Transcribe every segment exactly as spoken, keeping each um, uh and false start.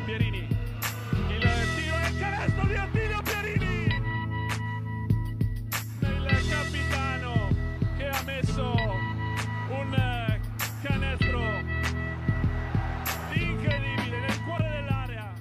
Pierini, il tiro e il canestro di Attilio Pierini, il capitano che ha messo un canestro incredibile nel cuore dell'area.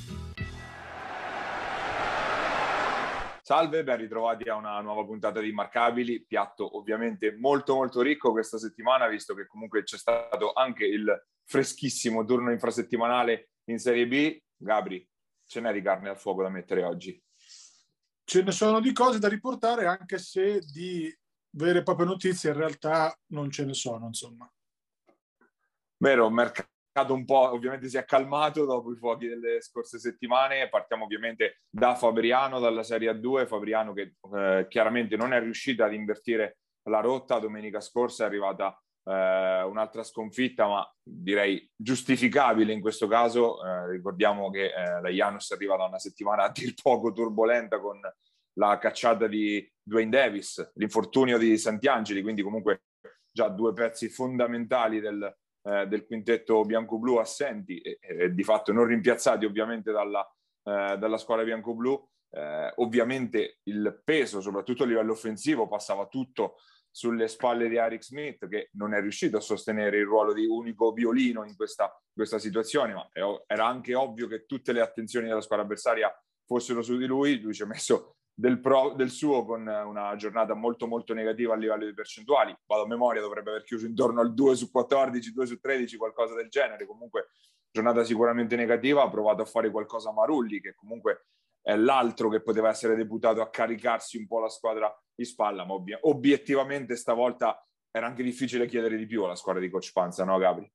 Salve, ben ritrovati a una nuova puntata di Immarcabili, piatto ovviamente molto molto ricco questa settimana, visto che comunque c'è stato anche il freschissimo turno infrasettimanale in Serie B. Gabri, ce n'è di carne al fuoco da mettere oggi? Ce ne sono di cose da riportare, anche se di vere e proprie notizie in realtà non ce ne sono, insomma. Vero, mercato un po' ovviamente si è calmato dopo i fuochi delle scorse settimane. Partiamo ovviamente da Fabriano, dalla Serie A due. Fabriano che eh, chiaramente non è riuscita ad invertire la rotta. Domenica scorsa è arrivata eh, un'altra sconfitta, ma direi giustificabile in questo caso. Eh, ricordiamo che eh, la Janus è arrivata una settimana a dir poco turbolenta con la cacciata di Dwayne Davis, l'infortunio di Santiangeli, quindi comunque già due pezzi fondamentali del Eh, del quintetto bianco-blu assenti e, e di fatto non rimpiazzati ovviamente dalla, eh, dalla squadra bianco-blu. Eh, ovviamente il peso, soprattutto a livello offensivo, passava tutto sulle spalle di Eric Smith, che non è riuscito a sostenere il ruolo di unico violino in questa, questa situazione, ma era anche ovvio che tutte le attenzioni della squadra avversaria fossero su di lui. Lui ci ha messo Del, pro, del suo con una giornata molto molto negativa a livello di percentuali. Vado a memoria, dovrebbe aver chiuso intorno al due su quattordici, due su tredici, qualcosa del genere. Comunque giornata sicuramente negativa. Ha provato a fare qualcosa Marulli, che comunque è l'altro che poteva essere deputato a caricarsi un po' la squadra in spalla, ma obb- obiettivamente stavolta era anche difficile chiedere di più alla squadra di Coach Panza, no Gabri?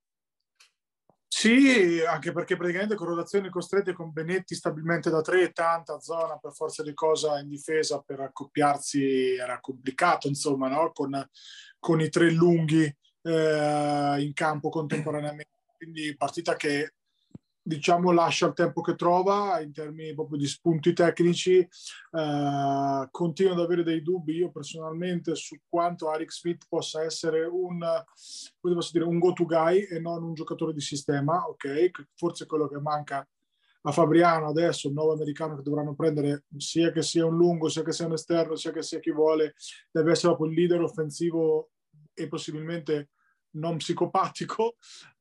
Sì, anche perché praticamente con rotazioni costrette, con Benetti stabilmente da tre, tanta zona per forza di cosa in difesa per accoppiarsi era complicato, insomma, no? con, con i tre lunghi eh, in campo contemporaneamente. Quindi partita che, diciamo, lascia il tempo che trova in termini proprio di spunti tecnici. Eh, continuo ad avere dei dubbi io personalmente su quanto Eric Smith possa essere un, come posso dire, un go-to guy e non un giocatore di sistema, ok? Forse quello che manca a Fabriano adesso, il nuovo americano che dovranno prendere, sia che sia un lungo, sia che sia un esterno, sia che sia chi vuole, deve essere proprio il leader offensivo e possibilmente non psicopatico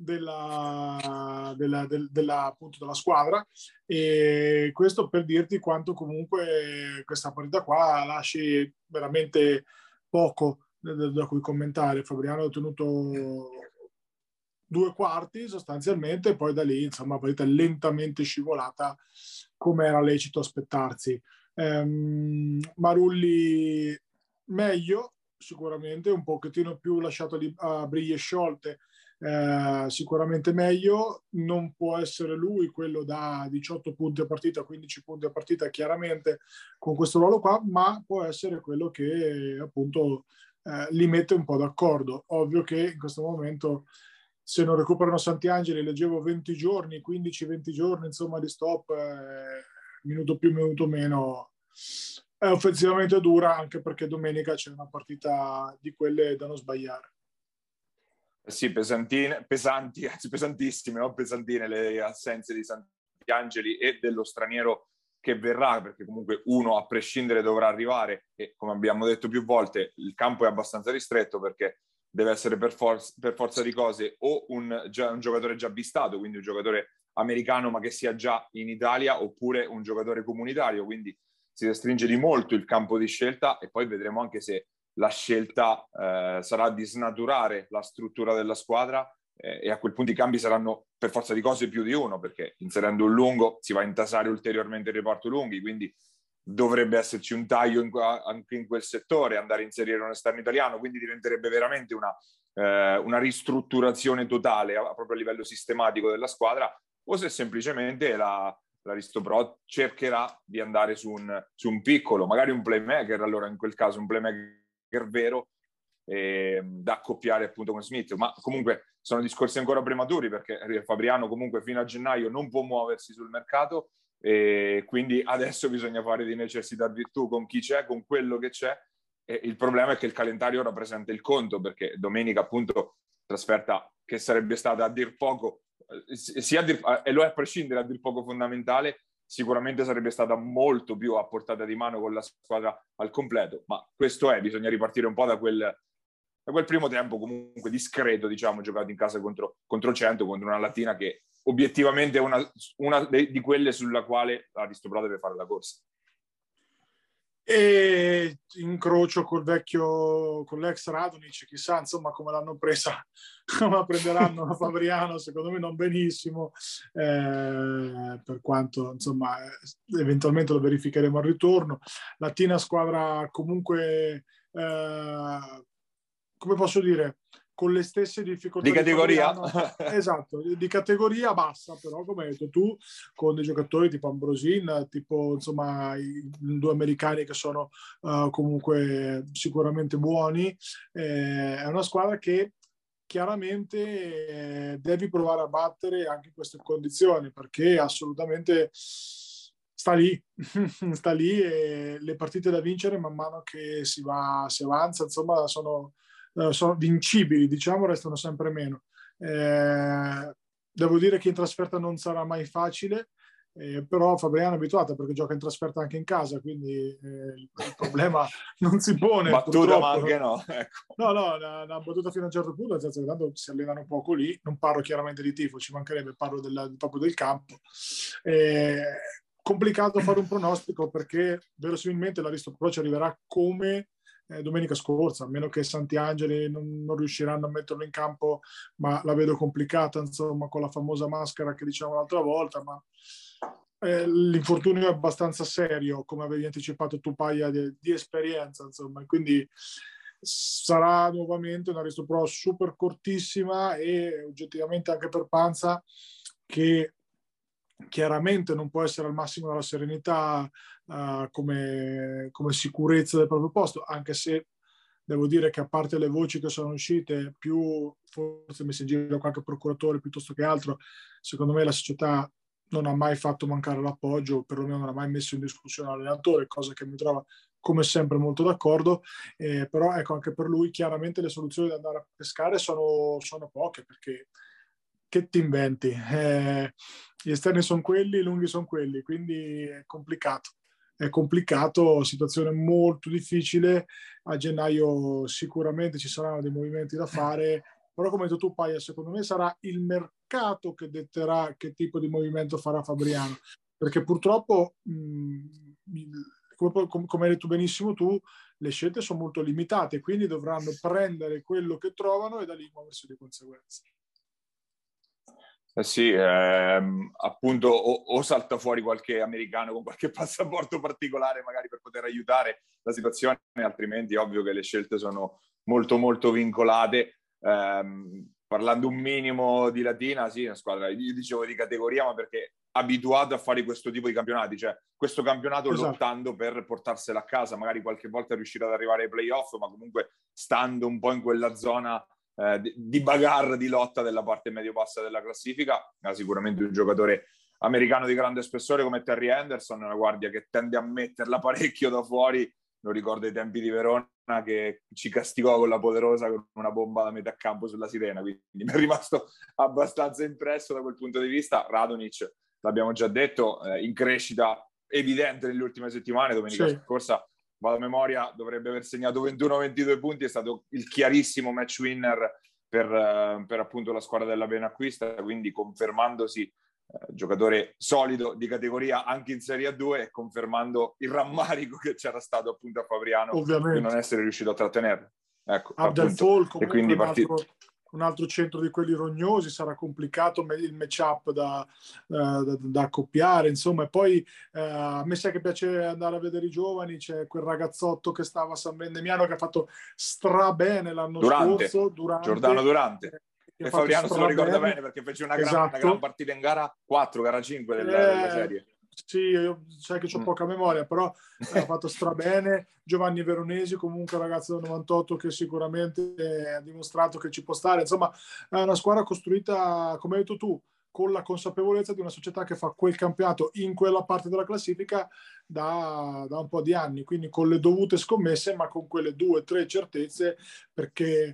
della, della, del, della, appunto, della squadra. E questo per dirti quanto comunque questa partita qua lasci veramente poco da cui commentare. Fabriano ha ottenuto due quarti sostanzialmente, poi da lì insomma la partita è lentamente scivolata come era lecito aspettarsi. ehm, Marulli meglio sicuramente, un pochettino più lasciato a briglie sciolte, eh, sicuramente meglio. Non può essere lui quello da diciotto punti a partita, quindici punti a partita chiaramente con questo ruolo qua, ma può essere quello che appunto eh, li mette un po' d'accordo. Ovvio che in questo momento se non recuperano Santiangeli, leggevo venti giorni, quindici venti giorni insomma di stop, eh, minuto più minuto meno, è offensivamente dura, anche perché domenica c'è una partita di quelle da non sbagliare. Sì, pesantine, pesanti, anzi pesantissime, no? Pesantine le assenze di Santiangeli e dello straniero che verrà, perché comunque uno a prescindere dovrà arrivare e come abbiamo detto più volte il campo è abbastanza ristretto perché deve essere per, for- per forza di cose o un, già, un giocatore già avvistato, quindi un giocatore americano ma che sia già in Italia, oppure un giocatore comunitario, quindi si restringe di molto il campo di scelta e poi vedremo anche se la scelta eh, sarà di snaturare la struttura della squadra eh, e a quel punto i cambi saranno per forza di cose più di uno, perché inserendo un lungo si va a intasare ulteriormente il reparto lunghi, quindi dovrebbe esserci un taglio in, anche in quel settore, andare a inserire un esterno italiano, quindi diventerebbe veramente una, eh, una ristrutturazione totale a, proprio a livello sistematico della squadra, o se semplicemente la l'Aristopro cercherà di andare su un, su un piccolo, magari un playmaker, allora in quel caso un playmaker vero eh, da accoppiare appunto con Smith, ma comunque sono discorsi ancora prematuri perché Fabriano comunque fino a gennaio non può muoversi sul mercato e quindi adesso bisogna fare di necessità virtù con chi c'è, con quello che c'è. E il problema è che il calendario rappresenta il conto, perché domenica appunto trasferta che sarebbe stata a dir poco sia a dir, e lo è a prescindere, a dir poco fondamentale, sicuramente sarebbe stata molto più a portata di mano con la squadra al completo, ma questo è, bisogna ripartire un po' da quel, da quel primo tempo comunque discreto, diciamo, giocato in casa contro, contro Cento, contro una Latina che obiettivamente è una, una di quelle sulla quale Aristopro deve fare la corsa. E incrocio col vecchio, con l'ex Radonic, chissà insomma come l'hanno presa, come la prenderanno a Fabriano, secondo me non benissimo, eh, per quanto insomma eventualmente lo verificheremo al ritorno. Latina squadra comunque, eh, come posso dire, con le stesse difficoltà di categoria di esatto, di categoria bassa, però come hai detto tu, con dei giocatori tipo Ambrosin, tipo insomma i due americani che sono uh, comunque sicuramente buoni, eh, è una squadra che chiaramente eh, devi provare a battere anche in queste condizioni, perché assolutamente sta lì, sta lì, e le partite da vincere man mano che si va, si avanza, insomma sono sono vincibili, diciamo, restano sempre meno. Eh, devo dire che in trasferta non sarà mai facile, eh, però Fabriano è abituata perché gioca in trasferta anche in casa, quindi eh, il problema non si pone. Battuta, purtroppo. Ma anche no. Ecco. No, no, una, una battuta fino a un certo punto, nel senso che tanto si allenano poco lì, non parlo chiaramente di tifo, ci mancherebbe, parlo del, proprio del campo. Eh, complicato fare un pronostico perché verosimilmente l'Aristopro ci arriverà come Eh, domenica scorsa, a meno che Santiangeli non, non riusciranno a metterlo in campo, ma la vedo complicata, insomma, con la famosa maschera che diciamo l'altra volta, ma eh, l'infortunio è abbastanza serio, come avevi anticipato tu, Paia, di, di esperienza, insomma, quindi sarà nuovamente una Aristopro super cortissima e oggettivamente anche per Panza, che chiaramente non può essere al massimo della serenità uh, come, come sicurezza del proprio posto, anche se devo dire che a parte le voci che sono uscite, più forse messa in giro qualche procuratore piuttosto che altro, secondo me la società non ha mai fatto mancare l'appoggio, o perlomeno non ha mai messo in discussione l'allenatore, cosa che mi trova come sempre molto d'accordo, eh, però ecco, anche per lui chiaramente le soluzioni da andare a pescare sono, sono poche, perché che ti inventi? Eh, gli esterni sono quelli, i lunghi sono quelli, quindi è complicato. È complicato, situazione molto difficile. A gennaio sicuramente ci saranno dei movimenti da fare, però come hai detto tu, Paia, secondo me sarà il mercato che detterà che tipo di movimento farà Fabriano, perché purtroppo, mh, come, come hai detto benissimo tu, le scelte sono molto limitate, quindi dovranno prendere quello che trovano e da lì muoversi di conseguenza. Eh sì, ehm, appunto o, o salta fuori qualche americano con qualche passaporto particolare magari per poter aiutare la situazione, altrimenti è ovvio che le scelte sono molto molto vincolate. Ehm, parlando un minimo di Latina, sì, una squadra, io dicevo di categoria, ma perché abituato a fare questo tipo di campionati, cioè questo campionato esatto. Lottando per portarsela a casa, magari qualche volta riuscire ad arrivare ai playoff, ma comunque stando un po' in quella zona Eh, di, di bagarre, di lotta della parte medio-bassa della classifica. Ha sicuramente un giocatore americano di grande spessore come Terry Henderson, una guardia che tende a metterla parecchio da fuori, lo ricordo ai tempi di Verona che ci castigò con la Poderosa con una bomba da metà campo sulla sirena, quindi mi è rimasto abbastanza impresso da quel punto di vista. Radonic, l'abbiamo già detto, eh, in crescita evidente nelle ultime settimane. Domenica sì. scorsa, vado a memoria, dovrebbe aver segnato ventuno ventidue punti, è stato il chiarissimo match winner per, per appunto la squadra della Benacquista, quindi confermandosi eh, giocatore solido di categoria anche in Serie A due e confermando il rammarico che c'era stato appunto a Fabriano Ovviamente. di non essere riuscito a trattenerlo. Ecco, Abdel Fall comunque e quindi un partito. altro, un altro centro di quelli rognosi, sarà complicato il match-up da, uh, da, da accoppiare, insomma. E poi uh, a me sa che piace andare a vedere i giovani, c'è quel ragazzotto che stava a San Vendemiano che ha fatto strabene l'anno Durante, scorso, Durante, Giordano Durante. Eh, e Fabriano se lo ricorda bene perché fece una gran, esatto. una gran partita in gara quattro, gara cinque della, eh, della serie. Sì, io sai che ho poca memoria, però ha fatto strabene. Giovanni Veronesi, comunque ragazzo del novantotto che sicuramente ha dimostrato che ci può stare. Insomma, è una squadra costruita, come hai detto tu, con la consapevolezza di una società che fa quel campionato in quella parte della classifica da, da un po' di anni, quindi con le dovute scommesse, ma con quelle due o tre certezze, perché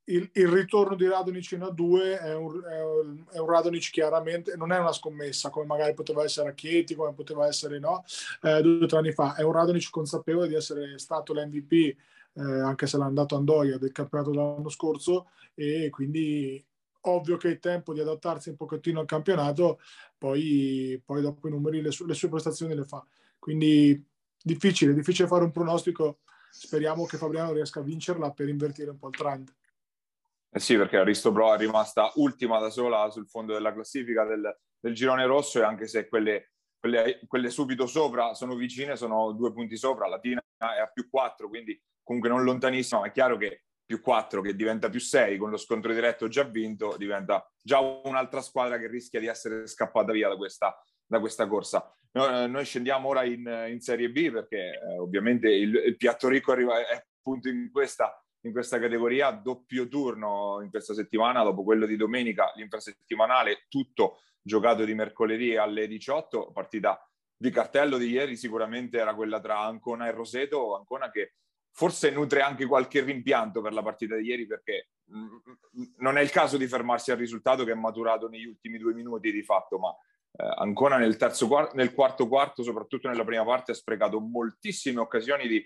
il, il ritorno di Radonjic in A due è un, è un, è un Radonjic chiaramente, non è una scommessa come magari poteva essere a Chieti, come poteva essere no, eh, due o tre anni fa. È un Radonjic consapevole di essere stato l'M V P, eh, anche se l'ha andato a Andoia, del campionato dell'anno scorso, e quindi ovvio che è tempo di adattarsi un pochettino al campionato, poi, poi dopo i numeri, le, su, le sue prestazioni le fa. Quindi difficile, difficile fare un pronostico. Speriamo che Fabriano riesca a vincerla per invertire un po' il trend. Eh sì, perché Aristo Pro è rimasta ultima da sola sul fondo della classifica del, del girone rosso, e anche se quelle, quelle, quelle subito sopra sono vicine, sono due punti sopra, Latina è a più quattro, quindi comunque non lontanissima, ma è chiaro che più quattro che diventa più sei, con lo scontro diretto già vinto, diventa già un'altra squadra che rischia di essere scappata via da questa, da questa corsa. Noi, noi scendiamo ora in, in Serie B, perché eh, ovviamente il, il piatto ricco arriva, è appunto in questa, in questa categoria, doppio turno in questa settimana, dopo quello di domenica, l'infrasettimanale, tutto giocato di mercoledì alle diciotto, partita di cartello di ieri sicuramente era quella tra Ancona e Roseto, Ancona che forse nutre anche qualche rimpianto per la partita di ieri, perché non è il caso di fermarsi al risultato che è maturato negli ultimi due minuti di fatto, ma eh, Ancona nel, terzo, nel quarto quarto, soprattutto nella prima parte, ha sprecato moltissime occasioni di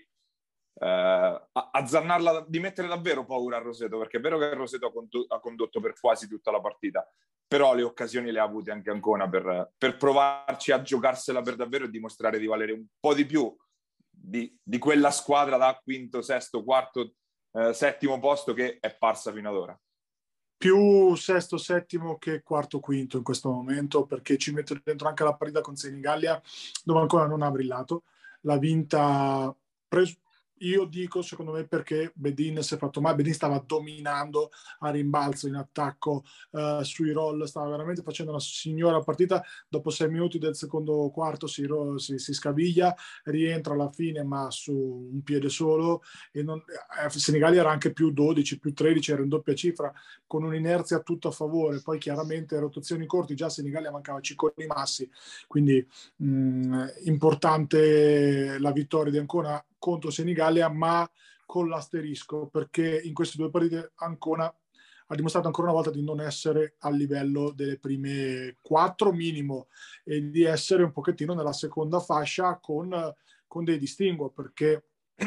eh, azzannarla, di mettere davvero paura a Roseto, perché è vero che Roseto ha, condotto, ha condotto per quasi tutta la partita, però le occasioni le ha avute anche Ancona per, per provarci a giocarsela per davvero e dimostrare di valere un po' di più Di, di quella squadra da quinto, sesto, quarto, eh, settimo posto che è parsa fino ad ora. Più sesto, settimo che quarto, quinto in questo momento, perché ci metto dentro anche la partita con Senigallia, dove ancora non ha brillato. L'ha vinta, pres- io dico, secondo me, perché Bedin si è fatto male. Bedin stava dominando a rimbalzo in attacco, uh, sui roll, stava veramente facendo una signora partita. Dopo sei minuti del secondo quarto si, si, si scaviglia, rientra alla fine ma su un piede solo, e non, eh, Senigallia era anche più dodici, più tredici, era in doppia cifra, con un'inerzia tutto a favore. Poi chiaramente rotazioni corti, già Senigallia mancava Cicconi Massi, quindi mh, importante la vittoria di Ancona contro Senigallia, ma con l'asterisco, perché in queste due partite Ancona ha dimostrato ancora una volta di non essere al livello delle prime quattro minimo, e di essere un pochettino nella seconda fascia con, con dei distinguo, perché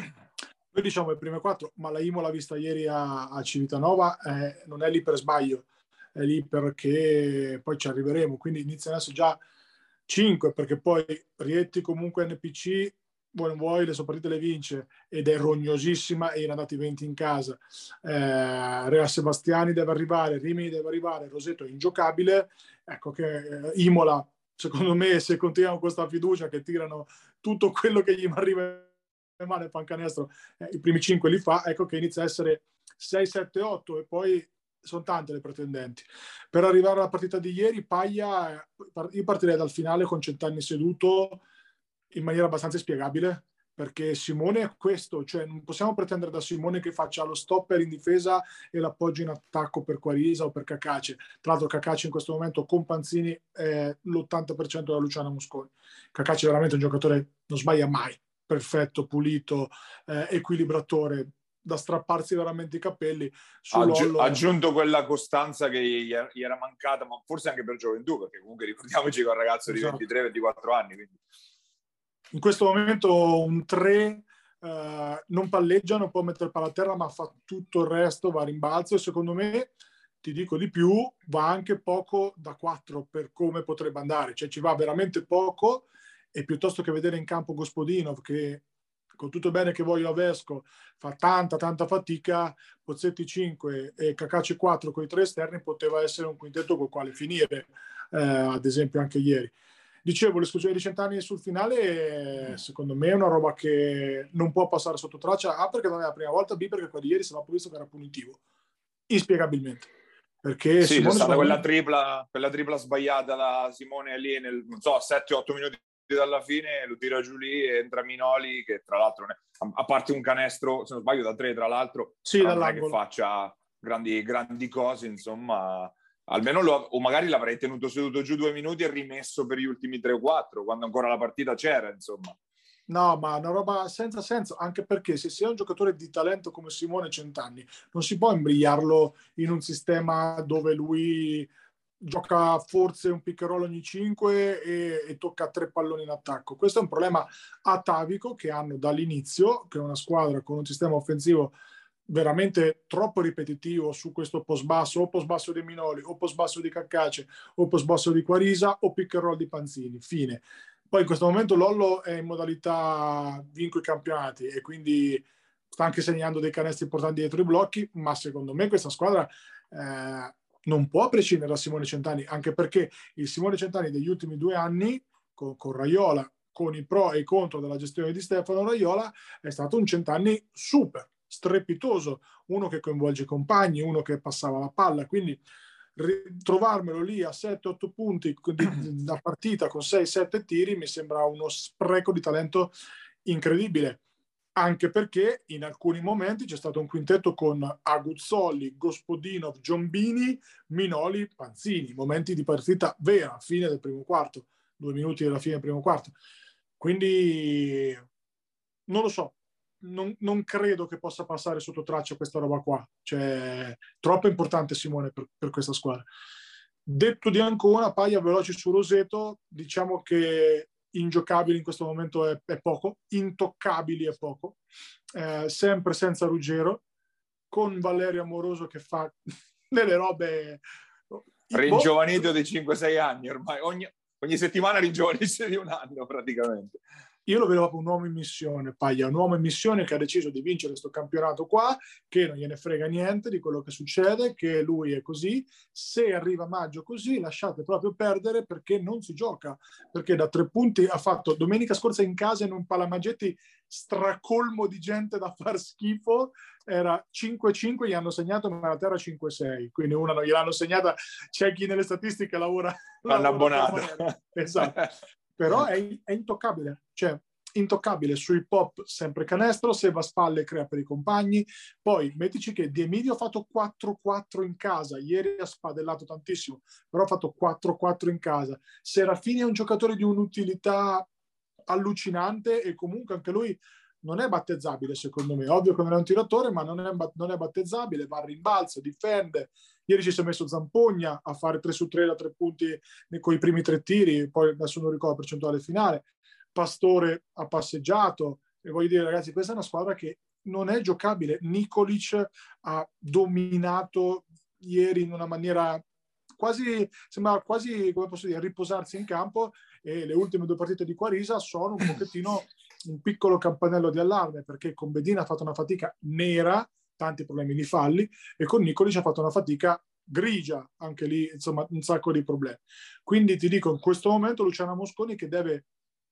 noi diciamo le prime quattro, ma la Imola vista ieri a, a Civitanova eh, non è lì per sbaglio, è lì perché poi ci arriveremo, quindi iniziano adesso già cinque, perché poi Rieti comunque N P C, vuoi non vuoi, le sue partite le vince ed è rognosissima, e ne ha dati venti in casa. eh, Real Sebastiani deve arrivare, Rimini deve arrivare, Roseto è ingiocabile. Ecco che eh, Imola, secondo me, se continuano con questa fiducia che tirano tutto quello che gli arriva male pallacanestro, eh, i primi cinque li fa, ecco che inizia a essere sei, sette, otto, e poi sono tante le pretendenti. Per arrivare alla partita di ieri, Paglia, io partirei dal finale con Centanni seduto in maniera abbastanza spiegabile, perché Simone è questo, cioè non possiamo pretendere da Simone che faccia lo stopper in difesa e l'appoggio in attacco per Quarisa o per Cacace. Tra l'altro Cacace in questo momento con Panzini è l'ottanta per cento della Luciana Mosconi. Cacace è veramente un giocatore, non sbaglia mai, perfetto, pulito, eh, equilibratore, da strapparsi veramente i capelli. Ha Aggi- aggiunto quella costanza che gli era mancata, ma forse anche per gioventù, perché comunque ricordiamoci che è un ragazzo esatto. di ventitré ventiquattro anni. Quindi. In questo momento un tre eh, non palleggia, non può mettere il palla a terra, ma fa tutto il resto, va a rimbalzo, e secondo me, ti dico di più, va anche poco da quattro per come potrebbe andare, cioè ci va veramente poco, e piuttosto che vedere in campo Gospodinov, che con tutto bene che voglio a Vesco, fa tanta tanta fatica, Pozzetti cinque e Cacace quattro con i tre esterni poteva essere un quintetto col quale finire, eh, ad esempio anche ieri. Dicevo, l'esclusione di Centanni sul finale, secondo me, è una roba che non può passare sotto traccia. A, perché non è la prima volta, B, perché qua di ieri si aveva visto che era punitivo, inspiegabilmente. Perché sì, Simone c'è stata quella me... tripla, quella tripla sbagliata da Simone lì nel, non so, sette otto minuti dalla fine, lo tira giù lì e entra Minoli, che tra l'altro, a parte un canestro, se non sbaglio, da tre, tra l'altro, sì, non è che faccia grandi, grandi cose, insomma. Almeno lo, o magari l'avrei tenuto seduto giù due minuti e rimesso per gli ultimi tre o quattro, quando ancora la partita c'era, insomma. No, ma una roba senza senso, anche perché se sei un giocatore di talento come Simone Centanni, non si può imbrigliarlo in un sistema dove lui gioca forse un pick and roll ogni cinque e, e tocca tre palloni in attacco. Questo è un problema atavico che hanno dall'inizio, che è una squadra con un sistema offensivo veramente troppo ripetitivo su questo post basso, o post basso di Minoli, o post basso di Caccace, o post basso di Quarisa, o pick and roll di Panzini. Fine. Poi in questo momento Lollo è in modalità vinco i campionati e quindi sta anche segnando dei canestri importanti dietro i blocchi, ma secondo me questa squadra eh, non può prescindere da Simone Centanni, anche perché il Simone Centanni degli ultimi due anni, con, con Raiola, con i pro e i contro della gestione di Stefano Raiola, è stato un Centanni super, strepitoso, uno che coinvolge i compagni, uno che passava la palla, quindi trovarmelo lì a sette otto punti da partita con sei sette tiri mi sembra uno spreco di talento incredibile, anche perché in alcuni momenti c'è stato un quintetto con Aguzzoli, Gospodinov, Giombini, Minoli, Panzini, momenti di partita vera, fine del primo quarto, due minuti dalla fine del primo quarto, quindi non lo so, non, non credo che possa passare sotto traccia questa roba qua, cioè troppo importante Simone per, per questa squadra. Detto di Ancona, Paglia veloci su Roseto, diciamo che ingiocabili in questo momento è, è poco, intoccabili è poco, eh, sempre senza Ruggero, con Valerio Amoroso che fa delle robe... Ringiovanito di cinque sei anni ormai, ogni, ogni settimana ringiovanisce di un anno praticamente. Io lo vedo proprio un uomo in missione, Paglia, un uomo in missione che ha deciso di vincere questo campionato qua, che non gliene frega niente di quello che succede, che lui è così. Se arriva maggio così, lasciate proprio perdere perché non si gioca. Perché da tre punti ha fatto domenica scorsa in casa in un Palamaggetti stracolmo di gente da far schifo, era cinque cinque, gli hanno segnato, ma la terra cinque sei, quindi una non gliel'hanno segnata, c'è chi nelle statistiche lavora. L'hanno abbonato. Esatto. Però è, è intoccabile, cioè intoccabile sui pop, sempre canestro, se va a spalle crea per i compagni, poi mettici che Di Emidio ha fatto quattro quattro in casa, ieri ha spadellato tantissimo, però ha fatto quattro quattro in casa, Serafini è un giocatore di un'utilità allucinante e comunque anche lui non è battezzabile secondo me, ovvio che non è un tiratore ma non è, non è battezzabile, va a rimbalzo, difende. Ieri ci si è messo Zampogna a fare tre su tre da tre punti con i primi tre tiri, poi adesso non ricordo la percentuale finale. Pastore ha passeggiato e voglio dire ragazzi, questa è una squadra che non è giocabile. Nikolic ha dominato ieri in una maniera quasi, sembra quasi, come posso dire, riposarsi in campo, e le ultime due partite di Quarisa sono un pochettino un piccolo campanello di allarme, perché con Bedina ha fatto una fatica nera, tanti problemi di falli, e con Nikolic ha fatto una fatica grigia, anche lì insomma un sacco di problemi. Quindi ti dico, in questo momento Luciano Mosconi che deve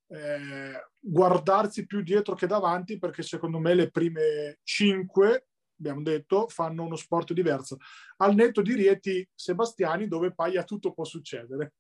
eh, guardarsi più dietro che davanti, perché secondo me le prime cinque, abbiamo detto, fanno uno sport diverso. Al netto di Rieti Sebastiani, dove Paglia tutto può succedere.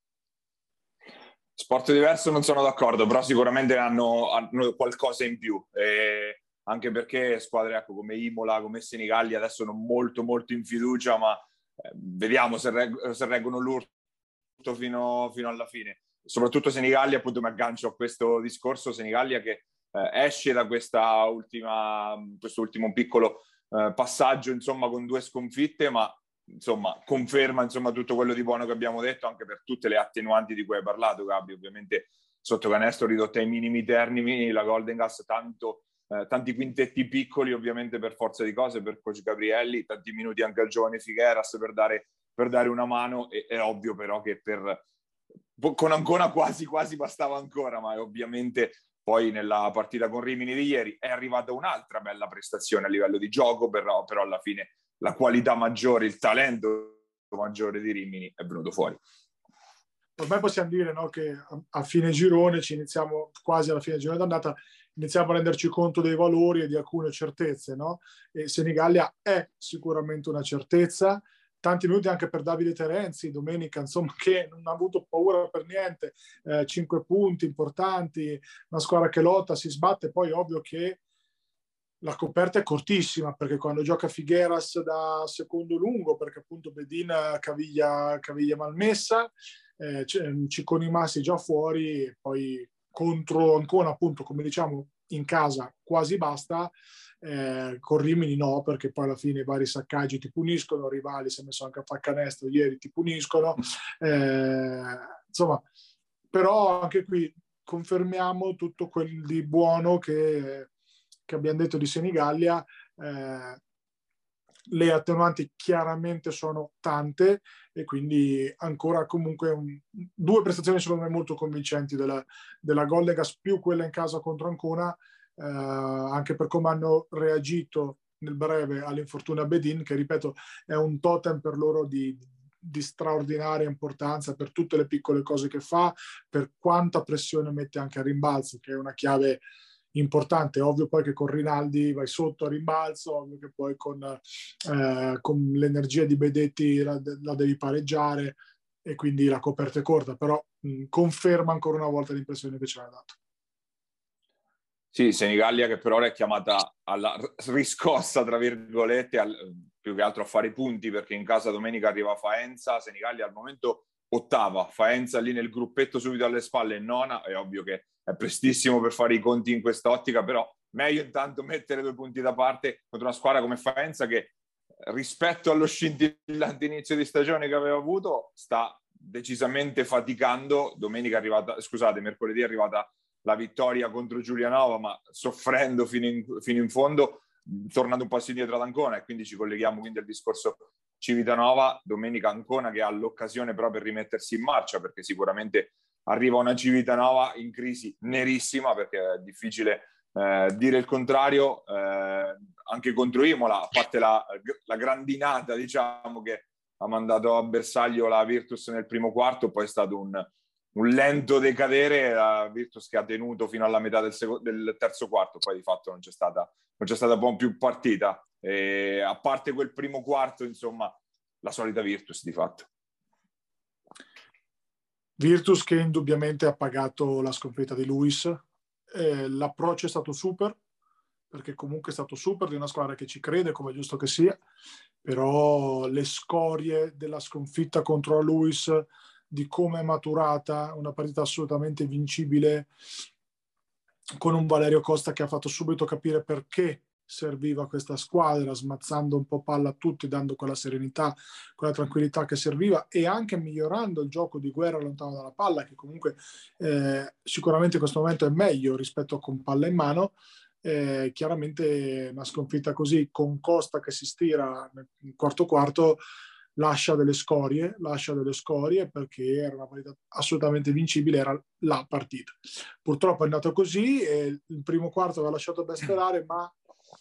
Sport diverso non sono d'accordo, però sicuramente hanno, hanno qualcosa in più, e anche perché squadre ecco, come Imola, come Senigallia adesso sono molto molto in fiducia, ma eh, vediamo se, reg- se reggono l'urto fino, fino alla fine. Soprattutto Senigallia, appunto mi aggancio a questo discorso, Senigallia che eh, esce da questa ultima, questo ultimo piccolo eh, passaggio insomma con due sconfitte, ma insomma conferma insomma tutto quello di buono che abbiamo detto, anche per tutte le attenuanti di cui hai parlato Gabi, ovviamente sotto canestro ridotta ai minimi termini, la Golden Gas tanto, eh, tanti quintetti piccoli ovviamente per forza di cose, per coach Gabrielli, tanti minuti anche al giovane Figueras per dare, per dare una mano, e è ovvio però che per con Ancona quasi quasi bastava ancora, ma ovviamente poi nella partita con Rimini di ieri è arrivata un'altra bella prestazione a livello di gioco, però, però alla fine la qualità maggiore, il talento maggiore di Rimini è venuto fuori. Ormai possiamo dire no, che a, a fine girone, ci iniziamo quasi alla fine del girone d'andata, iniziamo a renderci conto dei valori e di alcune certezze. No? E Senigallia è sicuramente una certezza, tanti minuti anche per Davide Terenzi, domenica, insomma, che non ha avuto paura per niente, eh, cinque punti importanti, una squadra che lotta, si sbatte, poi ovvio che la coperta è cortissima, perché quando gioca Figueras da secondo lungo, perché appunto Bedina caviglia, caviglia malmessa, eh, Cicconi Massi già fuori, e poi contro Ancona, appunto, come diciamo, in casa quasi basta, eh, con Rimini no, perché poi alla fine i vari saccaggi ti puniscono, rivali si è messo anche a far canestro ieri, ti puniscono, eh, insomma, però anche qui confermiamo tutto quel di buono che, che abbiamo detto di Senigallia. Eh, le attenuanti chiaramente sono tante e quindi ancora comunque un, due prestazioni secondo me molto convincenti della, della Goldegas, più quella in casa contro Ancona, eh, anche per come hanno reagito nel breve all'infortunio a Bedin, che ripeto è un totem per loro di, di straordinaria importanza per tutte le piccole cose che fa, per quanta pressione mette anche a rimbalzo, che è una chiave importante. Ovvio poi che con Rinaldi vai sotto a rimbalzo, ovvio che poi con, eh, con l'energia di Bedetti la, la devi pareggiare e quindi la coperta è corta, però mh, conferma ancora una volta l'impressione che ce l'ha dato. Sì, Senigallia che per ora è chiamata alla riscossa, tra virgolette, al, più che altro a fare i punti, perché in casa domenica arriva Faenza, Senigallia al momento ottava, Faenza lì nel gruppetto subito alle spalle nona, è ovvio che è prestissimo per fare i conti in quest'ottica, però meglio intanto mettere due punti da parte contro una squadra come Faenza che rispetto allo scintillante inizio di stagione che aveva avuto sta decisamente faticando. Domenica è arrivata, scusate, mercoledì è arrivata la vittoria contro Giulianova, ma soffrendo fino in, fino in fondo, tornando un passo indietro ad Ancona, e quindi ci colleghiamo quindi al discorso Civitanova. Domenica Ancona che ha l'occasione però per rimettersi in marcia, perché sicuramente arriva una Civitanova in crisi nerissima, perché è difficile eh, dire il contrario, eh, anche contro Imola, a parte la, la grandinata diciamo che ha mandato a bersaglio la Virtus nel primo quarto, poi è stato un un lento decadere, la Virtus che ha tenuto fino alla metà del, seco- del terzo quarto, poi di fatto non c'è stata, non c'è stata poi più partita, e a parte quel primo quarto, insomma, la solita Virtus di fatto. Virtus che indubbiamente ha pagato la sconfitta di Luis, eh, l'approccio è stato super, perché comunque è stato super di una squadra che ci crede, come è giusto che sia, però le scorie della sconfitta contro Luis, di come è maturata, una partita assolutamente vincibile, con un Valerio Costa che ha fatto subito capire perché serviva questa squadra, smazzando un po' palla a tutti, dando quella serenità, quella tranquillità che serviva, e anche migliorando il gioco di guerra lontano dalla palla, che comunque eh, sicuramente in questo momento è meglio rispetto a con palla in mano. Eh, chiaramente una sconfitta così, con Costa che si stira nel quarto quarto, lascia delle scorie, lascia delle scorie perché era una partita assolutamente vincibile, era la partita. Purtroppo è andato così e il primo quarto aveva lasciato ben sperare, ma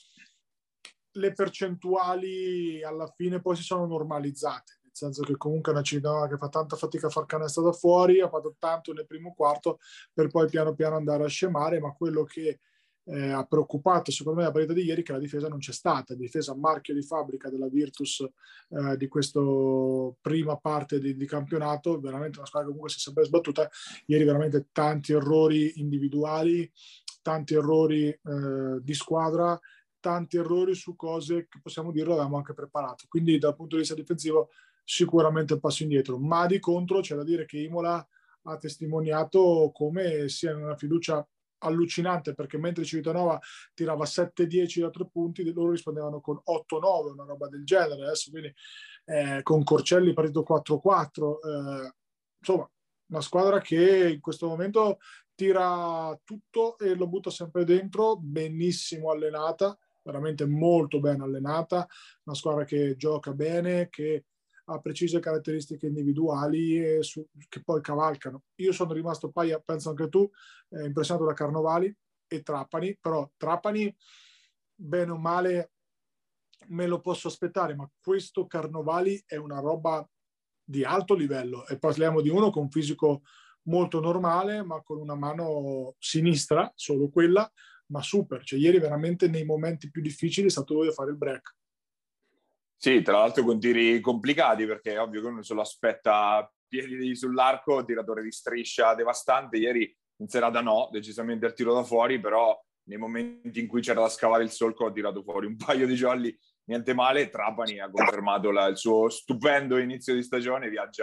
le percentuali alla fine poi si sono normalizzate, nel senso che comunque è una Civitanova che fa tanta fatica a far canestro da fuori, ha fatto tanto nel primo quarto per poi piano piano andare a scemare, ma quello che Eh, ha preoccupato secondo me la partita di ieri che la difesa non c'è stata, difesa marchio di fabbrica della Virtus eh, di questa prima parte di, di campionato, veramente una squadra che comunque si è sempre sbattuta. Ieri veramente tanti errori individuali, tanti errori eh, di squadra, tanti errori su cose che possiamo dire avevamo anche preparato, quindi dal punto di vista difensivo sicuramente un passo indietro, ma di contro c'è da dire che Imola ha testimoniato come sia una fiducia allucinante, perché mentre Civitanova tirava sette dieci da tre punti, loro rispondevano con otto nove, una roba del genere. Adesso quindi eh, con Corcelli partito quattro quattro, eh, insomma una squadra che in questo momento tira tutto e lo butta sempre dentro, benissimo allenata, veramente molto ben allenata, una squadra che gioca bene, che ha precise caratteristiche individuali e su, che poi cavalcano. Io sono rimasto poi, penso anche tu, eh, impressionato da Carnovali e Trapani, però Trapani, bene o male, me lo posso aspettare, ma questo Carnovali è una roba di alto livello, e parliamo di uno con un fisico molto normale, ma con una mano sinistra, solo quella, ma super. Cioè, ieri veramente nei momenti più difficili è stato lui a fare il break. Sì, tra l'altro con tiri complicati, perché è ovvio che uno se lo aspetta piedi sull'arco, tiratore di striscia devastante. Ieri in serata no, decisamente al tiro da fuori, però nei momenti in cui c'era da scavare il solco ha tirato fuori un paio di jolly, niente male. Trapani ha confermato la, il suo stupendo inizio di stagione, viaggia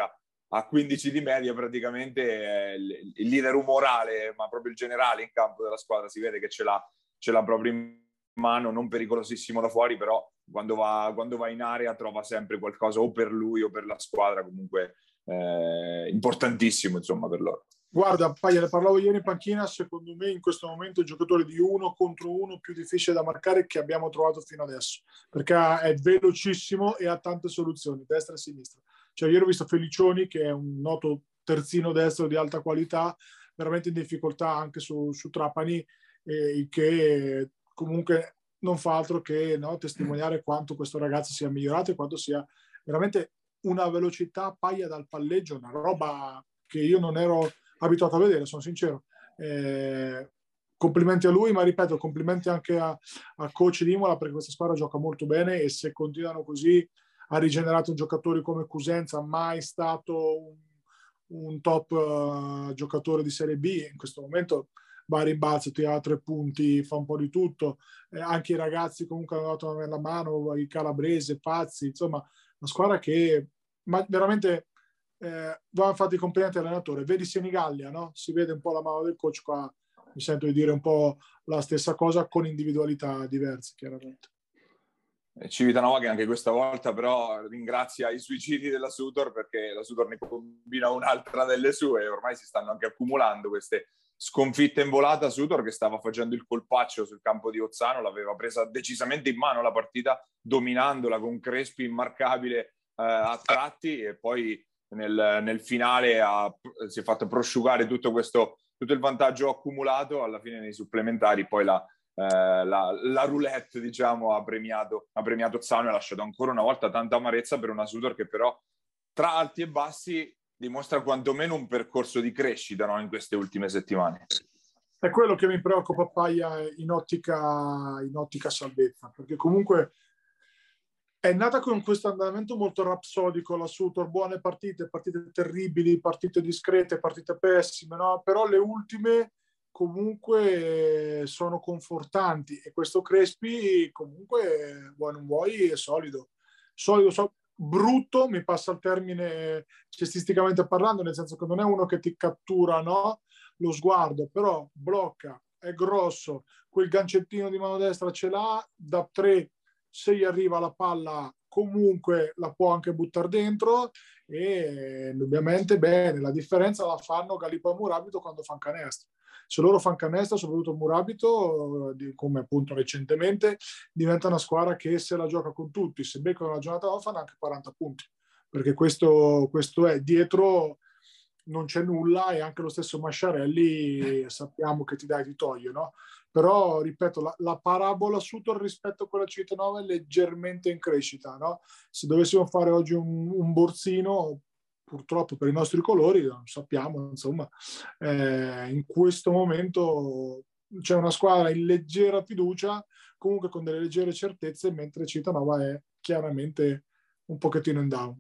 a quindici di media praticamente è il, il leader umorale, ma proprio il generale in campo della squadra, si vede che ce l'ha, ce l'ha proprio in mano, non pericolosissimo da fuori, però quando va, quando va in area trova sempre qualcosa o per lui o per la squadra, comunque eh, importantissimo insomma per loro. Guarda, Paia, ne parlavo ieri in panchina, secondo me in questo momento il giocatore di uno contro uno più difficile da marcare che abbiamo trovato fino adesso, perché è velocissimo e ha tante soluzioni, destra e sinistra. Cioè, ieri ho visto Felicioni, che è un noto terzino destro di alta qualità, veramente in difficoltà anche su, su Trapani, eh, che comunque non fa altro che, no, testimoniare quanto questo ragazzo sia migliorato e quanto sia veramente una velocità, Paia, dal palleggio, una roba che io non ero abituato a vedere, sono sincero. Eh, complimenti a lui, ma ripeto, complimenti anche a, a coach di Imola, perché questa squadra gioca molto bene e se continuano così, ha rigenerato giocatori come Cusenza, mai stato un, un top uh, giocatore di Serie B, in questo momento va a rimbalzo, tira tre punti, fa un po' di tutto, eh, anche i ragazzi comunque hanno dato la mano, i Calabrese, Pazzi, insomma, una squadra che ma veramente eh, va infatti i complimenti all'allenatore. Vedi Senigallia, no? Si vede un po' la mano del coach qua, mi sento di dire un po' la stessa cosa con individualità diverse, chiaramente. Civitanova che anche questa volta però ringrazia i suicidi della Sutor, perché la Sutor ne combina un'altra delle sue e ormai si stanno anche accumulando queste sconfitte in volata. Sutor che stava facendo il colpaccio sul campo di Ozzano, l'aveva presa decisamente in mano la partita, dominandola con Crespi immarcabile eh, a tratti, e poi nel, nel finale ha, si è fatto prosciugare tutto questo, tutto il vantaggio accumulato. Alla fine nei supplementari poi la Eh, la, la roulette, diciamo, ha premiato, ha premiato Ozzano e ha lasciato ancora una volta tanta amarezza per una Sutor che però tra alti e bassi dimostra quantomeno un percorso di crescita, no, in queste ultime settimane. È quello che mi preoccupa, Paia, in ottica, in ottica salvezza, perché comunque è nata con questo andamento molto rapsodico la Sutor, buone partite, partite terribili, partite discrete, partite pessime, no? Però le ultime comunque sono confortanti e questo Crespi comunque, vuoi non vuoi, è solido. Solido, so, brutto, mi passa il termine cestisticamente parlando, nel senso che non è uno che ti cattura, no? Lo sguardo, però blocca, è grosso, quel gancettino di mano destra ce l'ha, da tre, se gli arriva la palla comunque la può anche buttare dentro e indubbiamente bene, la differenza la fanno Galipo e Murabito quando fanno canestro. Se loro fanno canestro, soprattutto Murabito, come appunto recentemente, diventa una squadra che se la gioca con tutti, se beccano una giornata off fanno anche quaranta punti, perché questo, questo è dietro, non c'è nulla e anche lo stesso Masciarelli sappiamo che ti dai ti toglie, no? Però ripeto, la, la parabola Sutor rispetto a quella Civitanova è leggermente in crescita, no? Se dovessimo fare oggi un, un borsino, purtroppo per i nostri colori, non sappiamo, insomma, eh, in questo momento c'è una squadra in leggera fiducia, comunque con delle leggere certezze, mentre Civitanova è chiaramente un pochettino in down.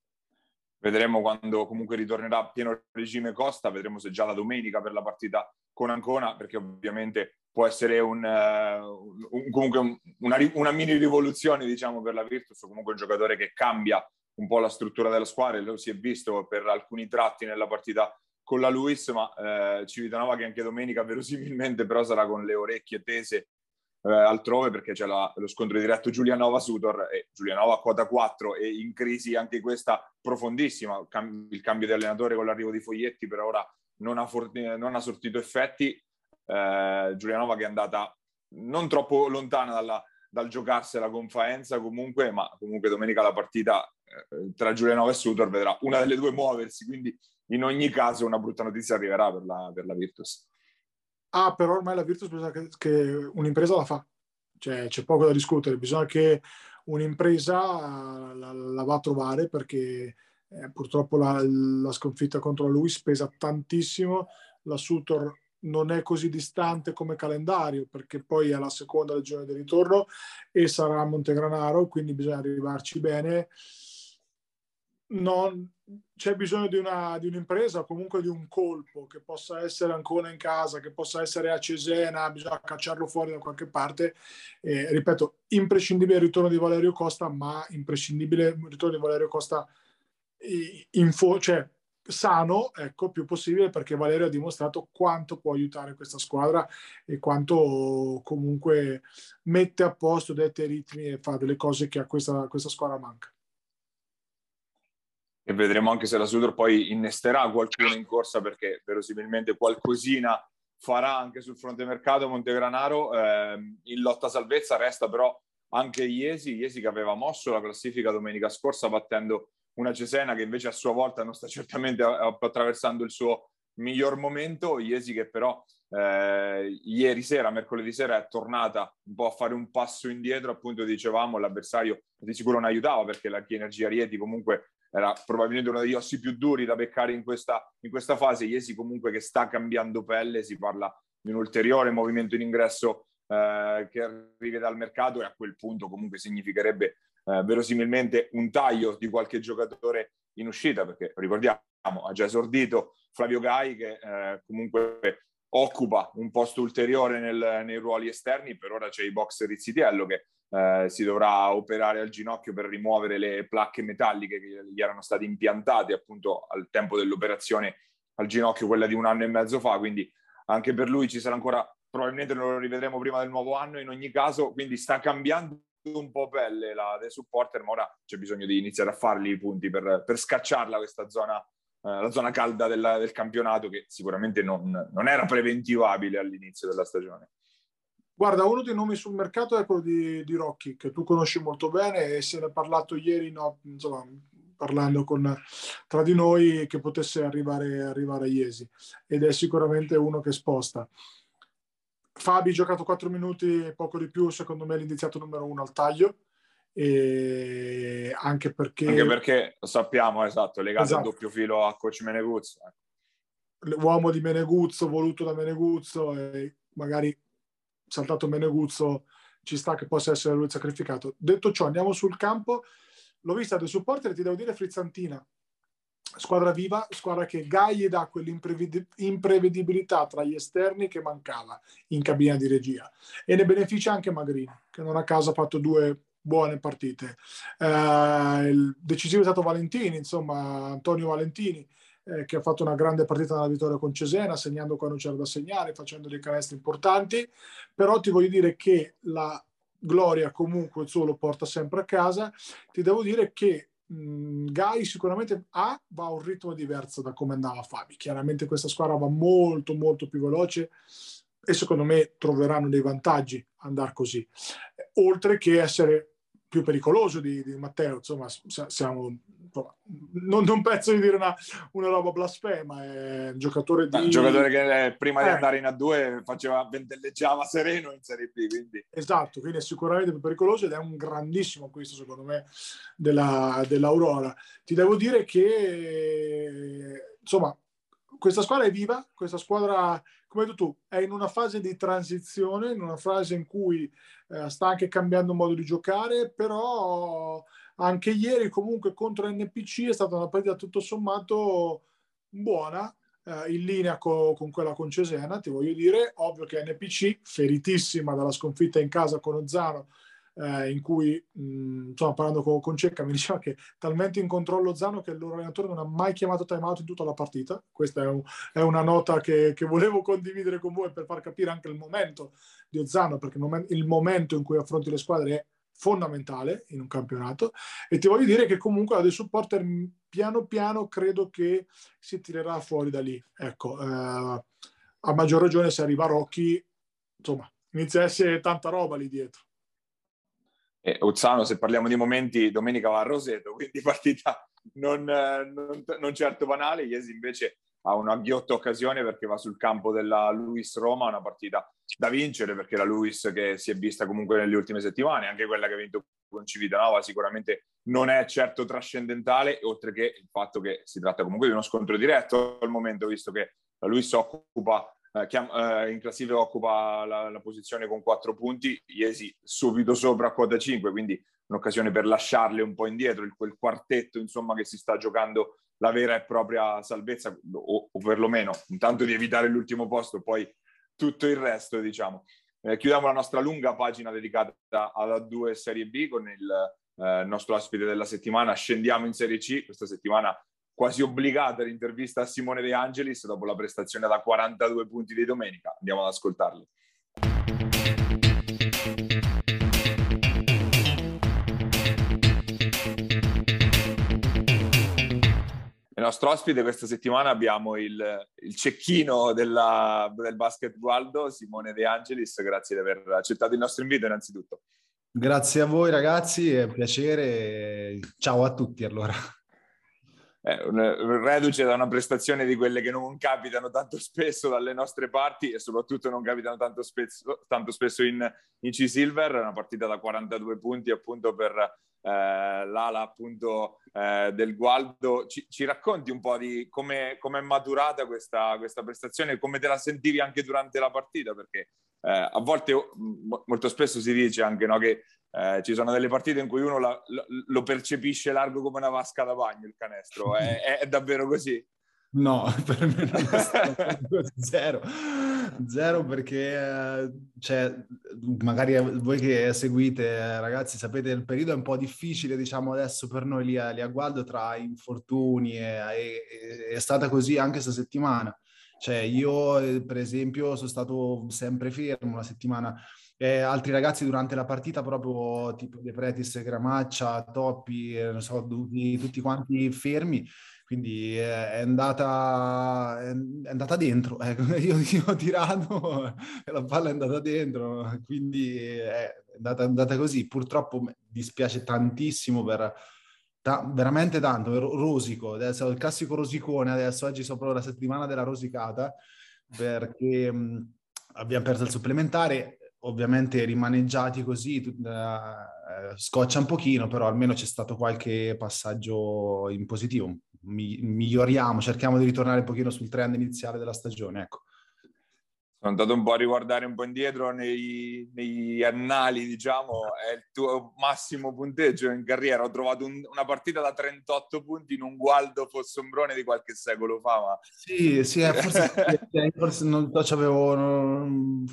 Vedremo quando comunque ritornerà a pieno regime Costa, vedremo se già la domenica per la partita con Ancona, perché ovviamente può essere un, uh, un, comunque un, una, una mini rivoluzione, diciamo, per la Virtus, o comunque un giocatore che cambia un po' la struttura della squadra, lo si è visto per alcuni tratti nella partita con la Luis, ma eh, Civitanova che anche domenica verosimilmente però sarà con le orecchie tese eh, altrove, perché c'è la, lo scontro diretto Giulianova-Sutor e Giulianova a quota quattro e in crisi anche questa profondissima. Cam- il cambio di allenatore con l'arrivo di Foglietti per ora non ha, for- non ha sortito effetti. eh, Giulianova che è andata non troppo lontana dalla, dal giocarsela con Faenza comunque, ma comunque domenica la partita eh, tra Giulianova e Sutor vedrà una delle due muoversi, quindi in ogni caso una brutta notizia arriverà per la, per la Virtus. Ah, però ormai la Virtus bisogna che, che un'impresa la fa, cioè c'è poco da discutere, bisogna che un'impresa la, la va a trovare, perché eh, purtroppo la, la sconfitta contro la Luis pesa tantissimo, la Sutor non è così distante come calendario, perché poi è la seconda legione del ritorno e sarà a Montegranaro, quindi bisogna arrivarci bene. Non, c'è bisogno di, una, di un'impresa o comunque di un colpo, che possa essere Ancona in casa, che possa essere a Cesena, bisogna cacciarlo fuori da qualche parte. Eh, ripeto, imprescindibile il ritorno di Valerio Costa, ma imprescindibile il ritorno di Valerio Costa in fo- cioè, sano, ecco, più possibile, perché Valerio ha dimostrato quanto può aiutare questa squadra e quanto comunque mette a posto, dette ritmi e fa delle cose che a questa, questa squadra manca. E vedremo anche se la Sudor poi innesterà qualcuno in corsa, perché verosimilmente qualcosina farà anche sul fronte mercato Montegranaro. Eh, in lotta salvezza resta però anche Iesi, Iesi che aveva mosso la classifica domenica scorsa battendo una Cesena che invece a sua volta non sta certamente attraversando il suo miglior momento. Iesi che però eh, ieri sera, mercoledì sera, è tornata un po' a fare un passo indietro, appunto dicevamo, l'avversario di sicuro non aiutava, perché la Chi-Energia Rieti comunque era probabilmente uno degli ossi più duri da beccare in questa, in questa fase. Iesi comunque che sta cambiando pelle, si parla di un ulteriore movimento in ingresso eh, che arrivi dal mercato, e a quel punto comunque significherebbe eh, verosimilmente un taglio di qualche giocatore in uscita, perché ricordiamo ha già esordito Flavio Gai che eh, comunque occupa un posto ulteriore nel, nei ruoli esterni. Per ora c'è i box Rizzitiello che Eh, si dovrà operare al ginocchio per rimuovere le placche metalliche che gli erano state impiantate appunto al tempo dell'operazione al ginocchio, quella di un anno e mezzo fa, quindi anche per lui ci sarà ancora, probabilmente non lo rivedremo prima del nuovo anno in ogni caso, quindi sta cambiando un po' pelle la dei supporter, ma ora c'è bisogno di iniziare a farli i punti per, per scacciarla questa zona, eh, la zona calda del, del campionato, che sicuramente non, non era preventivabile all'inizio della stagione. Guarda, uno dei nomi sul mercato è quello di, di Rocchi, che tu conosci molto bene e se ne è parlato ieri, no, insomma, parlando con, tra di noi, che potesse arrivare, arrivare a Iesi, ed è sicuramente uno che sposta. Fabi ha giocato quattro minuti, poco di più, secondo me è l'iniziato numero uno al taglio, e anche perché... Anche perché lo sappiamo, esatto, è legato esatto. a doppio filo a coach Meneguzzo. L'uomo di Meneguzzo, voluto da Meneguzzo, e magari saltato Meneguzzo, ci sta che possa essere lui sacrificato. Detto ciò, andiamo sul campo. L'ho vista dei supporter, ti devo dire frizzantina. Squadra viva, squadra che Gai dà quell'imprevedibilità tra gli esterni che mancava in cabina di regia, e ne beneficia anche Magrini, che non a caso ha fatto due buone partite. Eh, il decisivo è stato Valentini, insomma Antonio Valentini, Eh, che ha fatto una grande partita nella vittoria con Cesena, segnando quando c'era da segnare, facendo dei canestri importanti. Però ti voglio dire che la gloria comunque il suo lo porta sempre a casa. Ti devo dire che mh, Gai sicuramente A, va a un ritmo diverso da come andava Fabi. Chiaramente questa squadra va molto molto più veloce e secondo me troveranno dei vantaggi andare così, oltre che essere più pericoloso di, di Matteo. Insomma, siamo non, non penso di dire una, una roba blasfema, è un giocatore di... Un giocatore che prima eh. di andare in A due faceva, ventelleggiava sereno in Serie B, quindi... Esatto, quindi è sicuramente più pericoloso ed è un grandissimo acquisto secondo me della, dell'Aurora. Ti devo dire che insomma questa squadra è viva, questa squadra, come hai detto tu, è in una fase di transizione, in una fase in cui eh, sta anche cambiando modo di giocare, però anche ieri comunque contro N P C è stata una partita tutto sommato buona, eh, in linea co- con quella con Cesena, ti voglio dire. Ovvio che N P C, feritissima dalla sconfitta in casa con Ozzano, eh, in cui, mh, insomma, parlando con, con Cecca, mi diceva che talmente in controllo Zano che il loro allenatore non ha mai chiamato time out in tutta la partita. Questa è, un, è una nota che, che volevo condividere con voi per far capire anche il momento di Ozzano, perché il, moment- il momento in cui affronti le squadre è fondamentale in un campionato. E ti voglio dire che comunque la dei supporter piano piano credo che si tirerà fuori da lì, ecco. Eh, a maggior ragione se arriva Rocchi, insomma, inizia a essere tanta roba lì dietro. E Ozzano, se parliamo di momenti, domenica va a Roseto, quindi partita non, non, non certo banale. Iesi invece ha una ghiotta occasione perché va sul campo della Luis Roma, una partita da vincere, perché la Luis che si è vista comunque nelle ultime settimane, anche quella che ha vinto con Civitanova, sicuramente non è certo trascendentale, oltre che il fatto che si tratta comunque di uno scontro diretto al momento, visto che la Luis occupa eh, chiam- eh, in classifica occupa la, la posizione con quattro punti, Iesi subito sopra a quota cinque, quindi un'occasione per lasciarle un po' indietro, il, quel quartetto insomma che si sta giocando la vera e propria salvezza, o, o perlomeno intanto di evitare l'ultimo posto, poi tutto il resto, diciamo. Eh, chiudiamo la nostra lunga pagina dedicata alla due Serie B con il eh, il nostro ospite della settimana. Scendiamo in Serie C, questa settimana quasi obbligata l'intervista a Simone De Angelis dopo la prestazione da quarantadue punti di domenica. Andiamo ad ascoltarli. Il nostro ospite questa settimana abbiamo il, il cecchino della, del basket Gualdo, Simone De Angelis. Grazie di aver accettato il nostro invito innanzitutto. Grazie a voi ragazzi, è un piacere. Ciao a tutti allora. Eh, un, reduce da una prestazione di quelle che non capitano tanto spesso dalle nostre parti e soprattutto non capitano tanto spesso, tanto spesso in, in C-Silver, una partita da quarantadue punti appunto per eh, l'ala appunto eh, del Gualdo. Ci, ci racconti un po' di come è maturata questa, questa prestazione e come te la sentivi anche durante la partita, perché eh, a volte, molto spesso si dice anche, no, che Eh, ci sono delle partite in cui uno la, lo, lo percepisce largo come una vasca da bagno il canestro. È, è, è davvero così? No, per me non è stato zero. Zero perché eh, cioè, magari voi che seguite, eh, ragazzi, sapete il periodo è un po' difficile, diciamo, adesso per noi lì a, lì a Gualdo tra infortuni e, e, è stata così anche questa settimana. Cioè io, eh, per esempio, sono stato sempre fermo una settimana. Eh, altri ragazzi durante la partita proprio tipo De Pretis, Gramaccia, Toppi, eh, non so, tutti, tutti quanti fermi, quindi eh, è andata è, è andata dentro, eh. io, io ho tirato e la palla è andata dentro, quindi è andata, è andata così. Purtroppo mi dispiace tantissimo per ta, veramente tanto, rosico, adesso il classico rosicone, adesso oggi so proprio la settimana della rosicata perché mh, abbiamo perso il supplementare. Ovviamente rimaneggiati così, uh, scoccia un pochino, però almeno c'è stato qualche passaggio in positivo. Mi, miglioriamo, cerchiamo di ritornare un pochino sul trend iniziale della stagione, ecco. Sono andato un po' a riguardare un po' indietro nei, negli annali, diciamo, è il tuo massimo punteggio in carriera. Ho trovato un, una partita da trentotto punti in un Gualdo Fossombrone di qualche secolo fa. Ma... Sì, sì, forse, forse non so, avevo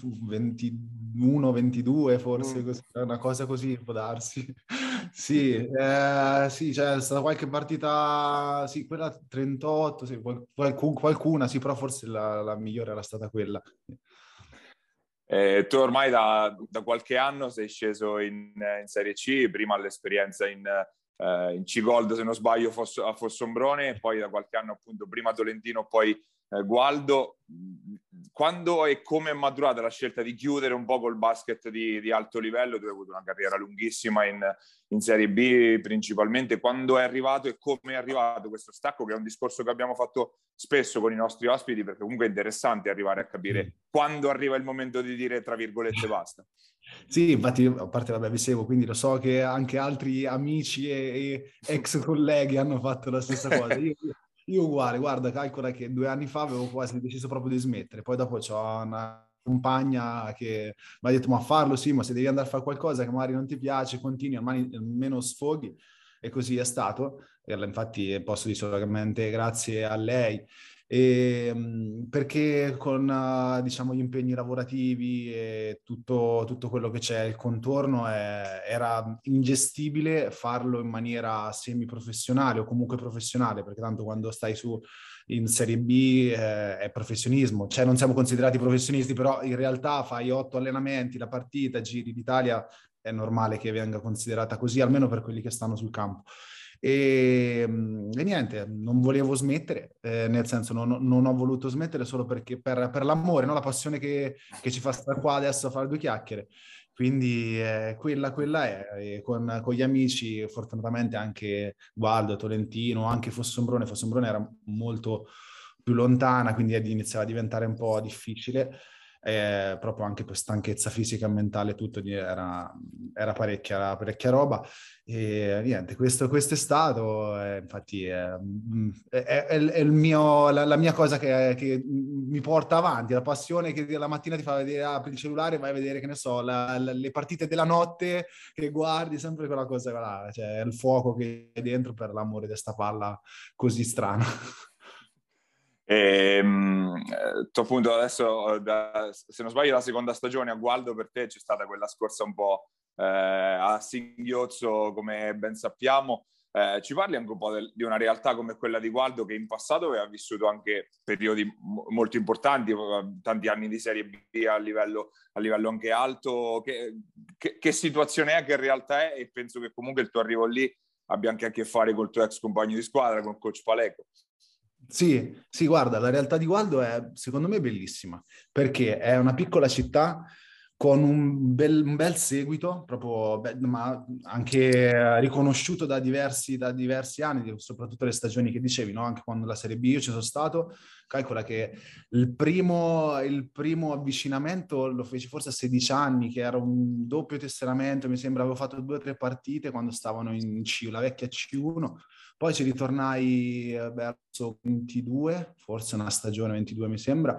ventuno, ventidue, forse, così, una cosa così può darsi. Sì, eh, sì, c'è cioè, stata qualche partita, sì, quella trentotto, sì, qualcun, qualcuna, sì, però forse la, la migliore era stata quella. Eh, tu ormai da, da qualche anno sei sceso in, in Serie C, prima l'esperienza in, eh, in C-Gold, se non sbaglio, Foss, a Fossombrone, e poi da qualche anno appunto prima Tolentino, poi eh, Gualdo. Quando e come è maturata la scelta di chiudere un po' col basket di, di alto livello? Tu hai avuto una carriera lunghissima in, in Serie B principalmente. Quando è arrivato e come è arrivato questo stacco, che è un discorso che abbiamo fatto spesso con i nostri ospiti, perché comunque è interessante arrivare a capire quando arriva il momento di dire tra virgolette basta. Sì, infatti, a parte vabbè, vi seguo, quindi lo so che anche altri amici e, e ex colleghi hanno fatto la stessa cosa. Io, io uguale, guarda, calcola che due anni fa avevo quasi deciso proprio di smettere, poi dopo c'ho una compagna che mi ha detto ma farlo sì, ma se devi andare a fare qualcosa che magari non ti piace, continui, almeno sfoghi, e così è stato. E infatti posso dire solamente grazie a lei. E, perché con uh, diciamo gli impegni lavorativi e tutto, tutto quello che c'è il contorno è, era ingestibile farlo in maniera semiprofessionale o comunque professionale, perché tanto quando stai su in Serie B eh, è professionismo, cioè non siamo considerati professionisti, però in realtà fai otto allenamenti, la partita, giri d'Italia, è normale che venga considerata così, almeno per quelli che stanno sul campo. E, e niente, non volevo smettere, eh, nel senso non, non ho voluto smettere solo perché per, per l'amore, no? La passione che, che ci fa stare qua adesso a fare due chiacchiere. Quindi eh, quella, quella è, e con, con gli amici, fortunatamente anche Gualdo, Tolentino, anche Fossombrone, Fossombrone era molto più lontana, quindi iniziava a diventare un po' difficile. Eh, proprio anche per stanchezza fisica e mentale, tutto era, era parecchia, parecchia roba. E niente, questo, questo è stato, eh, infatti è, è, è, è il mio, la, la mia cosa che, che mi porta avanti, la passione che la mattina ti fa vedere, apri il cellulare e vai a vedere, che ne so, la, la, le partite della notte, che guardi sempre quella cosa là, cioè il fuoco che è dentro per l'amore di sta palla così strana. E, tu appunto adesso, da, se non sbaglio, la seconda stagione a Gualdo per te c'è stata quella scorsa un po' eh, a singhiozzo, come ben sappiamo. Eh, ci parli anche un po' del, di una realtà come quella di Gualdo, che in passato aveva vissuto anche periodi m- molto importanti, tanti anni di Serie B a livello, a livello anche alto. Che, che, che situazione è, che realtà è? E penso che comunque il tuo arrivo lì abbia anche a che fare col tuo ex compagno di squadra, con coach Paleco. Sì, sì, guarda, la realtà di Gualdo è, secondo me, bellissima, perché è una piccola città con un bel, un bel seguito, proprio, beh, ma anche riconosciuto da diversi, da diversi anni, soprattutto le stagioni che dicevi, no? Anche quando la Serie B io ci sono stato, calcola che il primo, il primo avvicinamento lo feci forse a sedici anni, che era un doppio tesseramento, mi sembra, avevo fatto due o tre partite quando stavano in C, la vecchia C uno. Poi ci ritornai verso ventidue, forse una stagione ventidue mi sembra,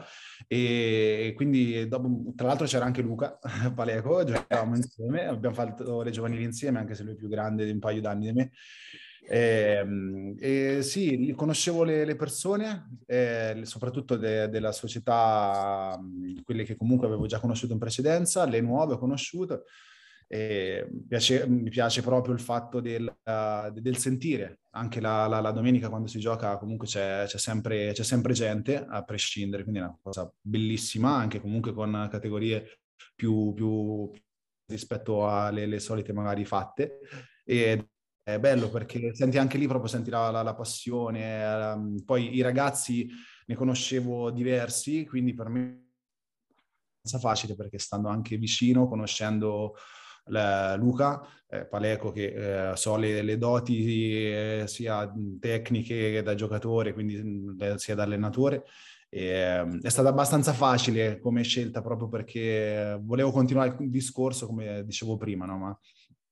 e quindi dopo, tra l'altro c'era anche Luca Paleco, giocavamo insieme, abbiamo fatto le giovanili insieme, anche se lui è più grande di un paio d'anni di me. E, e sì, conoscevo le, le persone, eh, soprattutto de, della società, quelle che comunque avevo già conosciuto in precedenza, le nuove ho conosciuto. E mi piace, mi piace proprio il fatto del, uh, del sentire, anche la, la, la domenica quando si gioca comunque c'è, c'è, sempre, c'è sempre gente, a prescindere, quindi è una cosa bellissima, anche comunque con categorie più, più rispetto alle le solite magari fatte. E è bello perché senti anche lì proprio, senti la, la, la passione, um, poi i ragazzi ne conoscevo diversi, quindi per me è facile perché stando anche vicino, conoscendo la, Luca eh, Paleco, che eh, so le, le doti eh, sia tecniche che da giocatore, quindi eh, sia da allenatore. E, eh, è stata abbastanza facile come scelta proprio perché volevo continuare il discorso come dicevo prima, no? Ma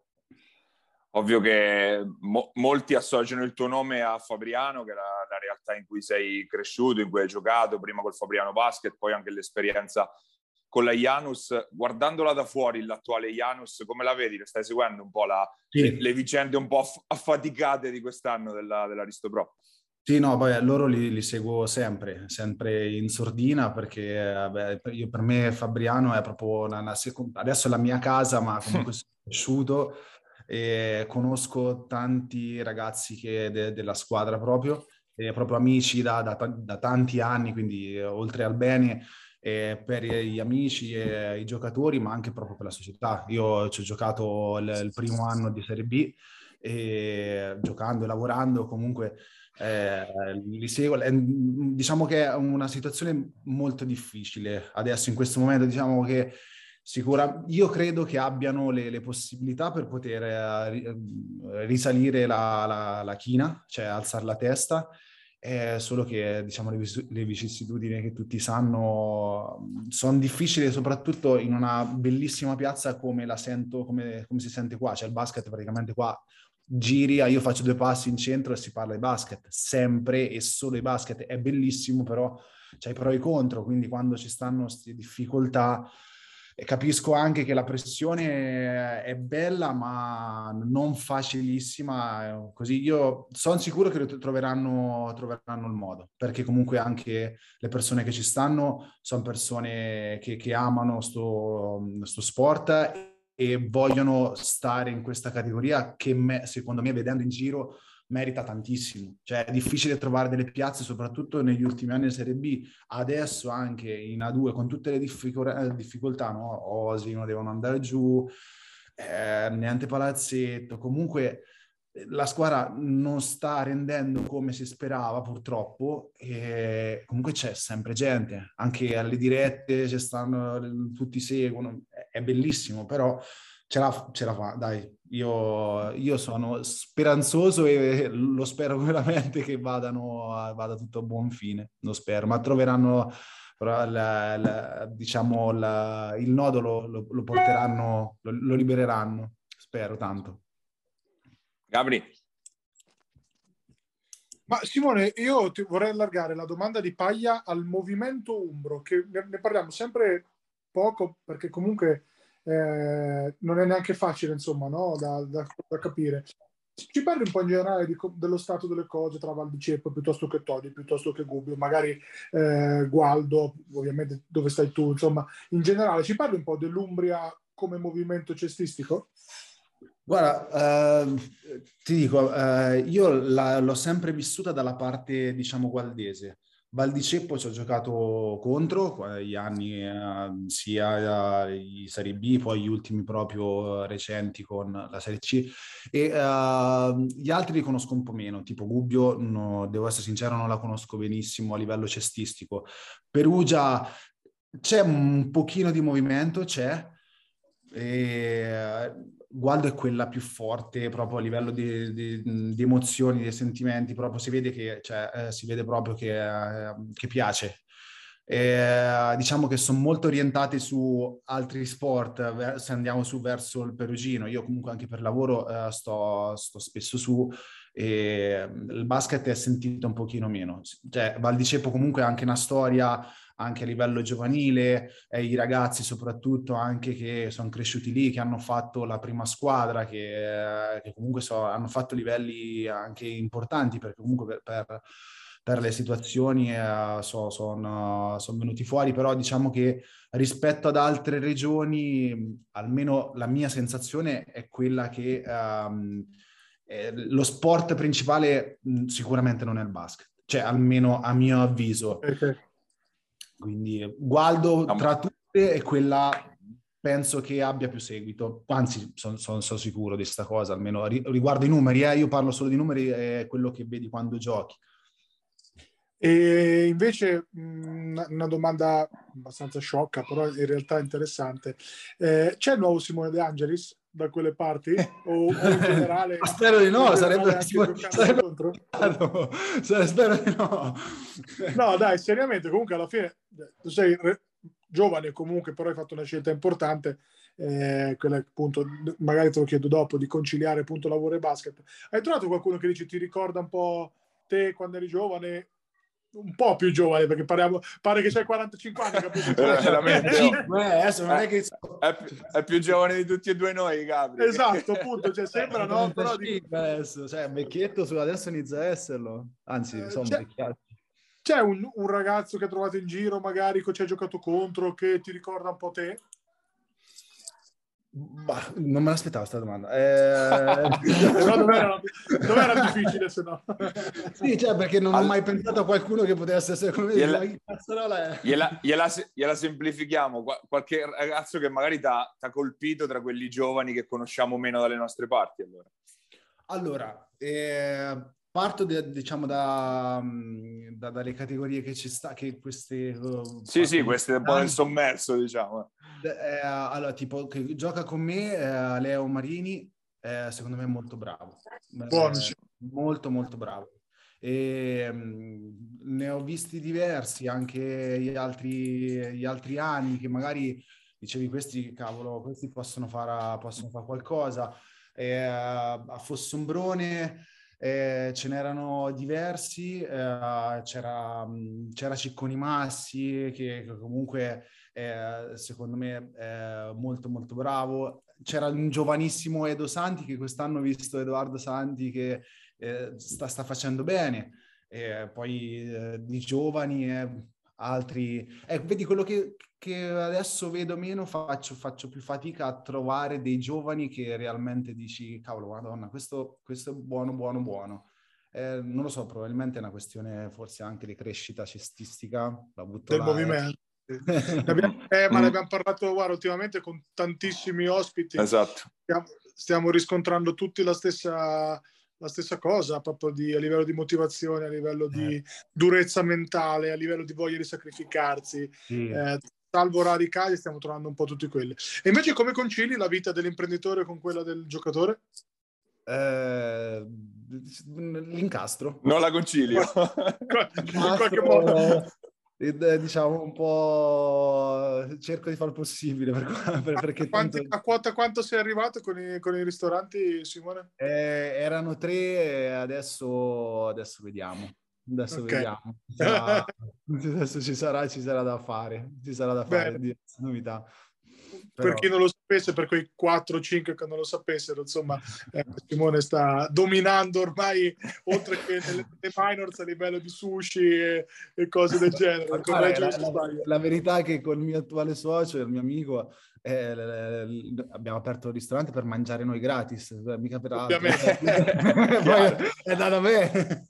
ovvio che mo- molti associano il tuo nome a Fabriano, che è la, la realtà in cui sei cresciuto, in cui hai giocato, prima col Fabriano Basket, poi anche l'esperienza con la Janus. Guardandola da fuori, l'attuale Janus, come la vedi? Le stai seguendo un po' la, sì. le, le vicende un po' aff- affaticate di quest'anno della, dell'Aristo Pro? Sì, no, poi loro li, li seguo sempre, sempre in sordina perché vabbè, io, per me Fabriano è proprio una, una seconda, adesso è la mia casa, ma comunque sono cresciuto e conosco tanti ragazzi che de, della squadra proprio, e proprio amici da, da, da tanti anni, quindi eh, oltre al bene eh, per gli amici e i giocatori, ma anche proprio per la società. Io ci ho giocato il, il primo anno di Serie B e giocando e lavorando comunque eh, li seguo. Eh, diciamo che è una situazione molto difficile adesso in questo momento, diciamo che sicura, io credo che abbiano le, le possibilità per poter eh, risalire la, la, la china, cioè alzare la testa, eh, solo che diciamo le, le vicissitudini che tutti sanno sono difficili, soprattutto in una bellissima piazza come la sento, come, come si sente qua, cioè il basket praticamente qua giri, io faccio due passi in centro e si parla di basket, sempre e solo di basket, è bellissimo, però c'è i pro e i contro, quindi quando ci stanno queste difficoltà eh, capisco anche che la pressione è bella ma non facilissima, così io sono sicuro che troveranno, troveranno il modo, perché comunque anche le persone che ci stanno sono persone che, che amano sto, sto sport e vogliono stare in questa categoria che me, secondo me, vedendo in giro, merita tantissimo. Cioè è difficile trovare delle piazze, soprattutto negli ultimi anni di Serie B, adesso anche in A due, con tutte le difficol- difficoltà, no? Osimo devono andare giù, eh, niente palazzetto, comunque la squadra non sta rendendo come si sperava purtroppo e comunque c'è sempre gente, anche alle dirette ci stanno, tutti seguono, è bellissimo, però ce la, ce la fa, dai, io, io sono speranzoso e lo spero veramente che vadano, vada tutto a buon fine, lo spero, ma troveranno, la, la, diciamo, la, il nodo lo, lo, lo porteranno, lo, lo libereranno, spero tanto. Gabri. Ma Simone, io ti vorrei allargare la domanda di Paglia al movimento Umbro, che ne parliamo sempre poco perché comunque eh, non è neanche facile, insomma, no? da, da, da capire. Ci parli un po' in generale di, dello stato delle cose tra Val di Ceppo piuttosto che Todi, piuttosto che Gubbio, magari eh, Gualdo, ovviamente dove stai tu, insomma, in generale ci parli un po' dell'Umbria come movimento cestistico? Guarda, eh, ti dico, eh, io la- l'ho sempre vissuta dalla parte, diciamo, gualdese. Val di Ceppo ci ho giocato contro gli anni eh, sia eh, i Serie B, poi gli ultimi proprio recenti con la Serie C, e eh, gli altri li conosco un po' meno, tipo Gubbio, no, devo essere sincero, non la conosco benissimo a livello cestistico. Perugia c'è un pochino di movimento, c'è. E Gualdo è quella più forte proprio a livello di, di- di emozioni, di sentimenti, proprio si vede che, cioè, eh, si vede proprio che, eh, che piace. E, diciamo che sono molto orientati su altri sport, ver- se andiamo su verso il perugino. Io comunque anche per lavoro eh, sto, sto spesso su, e il basket è sentito un pochino meno. Cioè, Val di Ceppo comunque ha anche una storia anche a livello giovanile, e i ragazzi soprattutto anche che sono cresciuti lì, che hanno fatto la prima squadra, che, eh, che comunque so, hanno fatto livelli anche importanti, perché comunque per, per, per le situazioni eh, so, sono son venuti fuori, però diciamo che rispetto ad altre regioni, almeno la mia sensazione è quella che um, eh, lo sport principale mh, sicuramente non è il basket, cioè almeno a mio avviso. Okay. Quindi Gualdo No, tra ma- tutte è quella penso che abbia più seguito, anzi sono son, son sicuro di questa cosa, almeno ri- riguardo i numeri, eh, io parlo solo di numeri, è quello che vedi quando giochi. E invece mh, una domanda abbastanza sciocca, però in realtà interessante. Eh, c'è il nuovo Simone De Angelis da quelle parti? O, o in generale, spero di o in no, generale sarebbe, anche giocandoci sarebbe, contro? spero di no. No, dai, seriamente, comunque alla fine tu sei re- giovane comunque, però hai fatto una scelta importante, eh, quella appunto, magari te lo chiedo dopo, di conciliare appunto lavoro e basket. Hai trovato qualcuno che dice ti ricorda un po' te quando eri giovane? Un po' più giovane, perché parliamo, pare che c'hai quarantacinque anni, capisci? Veramente, oh. quarantacinque, eh, adesso non è che... È, più, è più giovane di tutti e due noi, Gabri. Esatto, appunto, cioè, sembra, no? Però dico, quarantacinque adesso, cioè vecchietto su, adesso inizia a esserlo, anzi eh, sono c'è, vecchiato. c'è un, un ragazzo che hai trovato in giro, magari che ci hai giocato contro, che ti ricorda un po' te? Bah, non me l'aspettavo questa domanda. Eh... no, non era, non era difficile, se no. Sì, cioè, perché non Al... ho mai pensato a qualcuno che potesse essere come me. Gliela, Ma che cazzarola è? gliela, gliela, gliela semplifichiamo. Qu- qualche ragazzo che magari ti ha colpito tra quelli giovani che conosciamo meno dalle nostre parti, allora. Allora, eh, parto de, diciamo da, da, dalle categorie che ci sta, che queste... Uh, sì, sì, questo è un po' del sommerso, diciamo. Eh, allora, tipo, che gioca con me, eh, Leo Marini, eh, secondo me è molto bravo. Buono, Eh, sì. molto, molto bravo. E, mh, ne ho visti diversi anche gli altri, gli altri anni che magari dicevi questi, cavolo, questi possono fare, possono fare qualcosa. Eh, a Fossombrone eh, ce n'erano diversi, eh, c'era, mh, c'era Cicconi Massi che, che comunque eh, secondo me eh, molto molto bravo. C'era un giovanissimo Edo Santi che quest'anno ho visto Edoardo Santi che eh, sta, sta facendo bene. Eh, poi eh, di giovani eh, altri... Ecco, vedi quello che, che adesso vedo meno, faccio, faccio più fatica a trovare dei giovani che realmente dici, cavolo, madonna, questo, questo è buono, buono, buono. Eh, non lo so, probabilmente è una questione forse anche di crescita cestistica, la butto Del là. movimento. Ne abbiamo, eh, ma ne abbiamo parlato, guarda, ultimamente con tantissimi ospiti. Esatto. Stiamo, stiamo riscontrando tutti la stessa, la stessa cosa, proprio di, a livello di motivazione, a livello di durezza mentale, a livello di voglia di sacrificarsi. Sì. Eh, salvo rari casi, stiamo trovando un po' tutti quelli. E invece come concili la vita dell'imprenditore con quella del giocatore? Eh, l'incastro. Non la concilio. In qualche modo. Eh, diciamo un po' cerco di fare il possibile per, per, perché a, quanti, tanto... a quota quanto sei arrivato con i, con i ristoranti, Simone? Eh, erano tre e adesso, adesso vediamo. Adesso Okay. vediamo. Ci sarà, adesso ci sarà, ci sarà da fare. Ci sarà da fare Bene. di novità. per chi non lo sapesse, per quei quattro cinque che non lo sapessero, insomma, eh, Simone sta dominando ormai, oltre che nelle, nelle minors, a livello di sushi e, e cose del genere. Guarda, la, la, la verità è che con il mio attuale socio, il mio amico, eh, l, l, abbiamo aperto il ristorante per mangiare noi gratis, mica per altro. Poi è da me.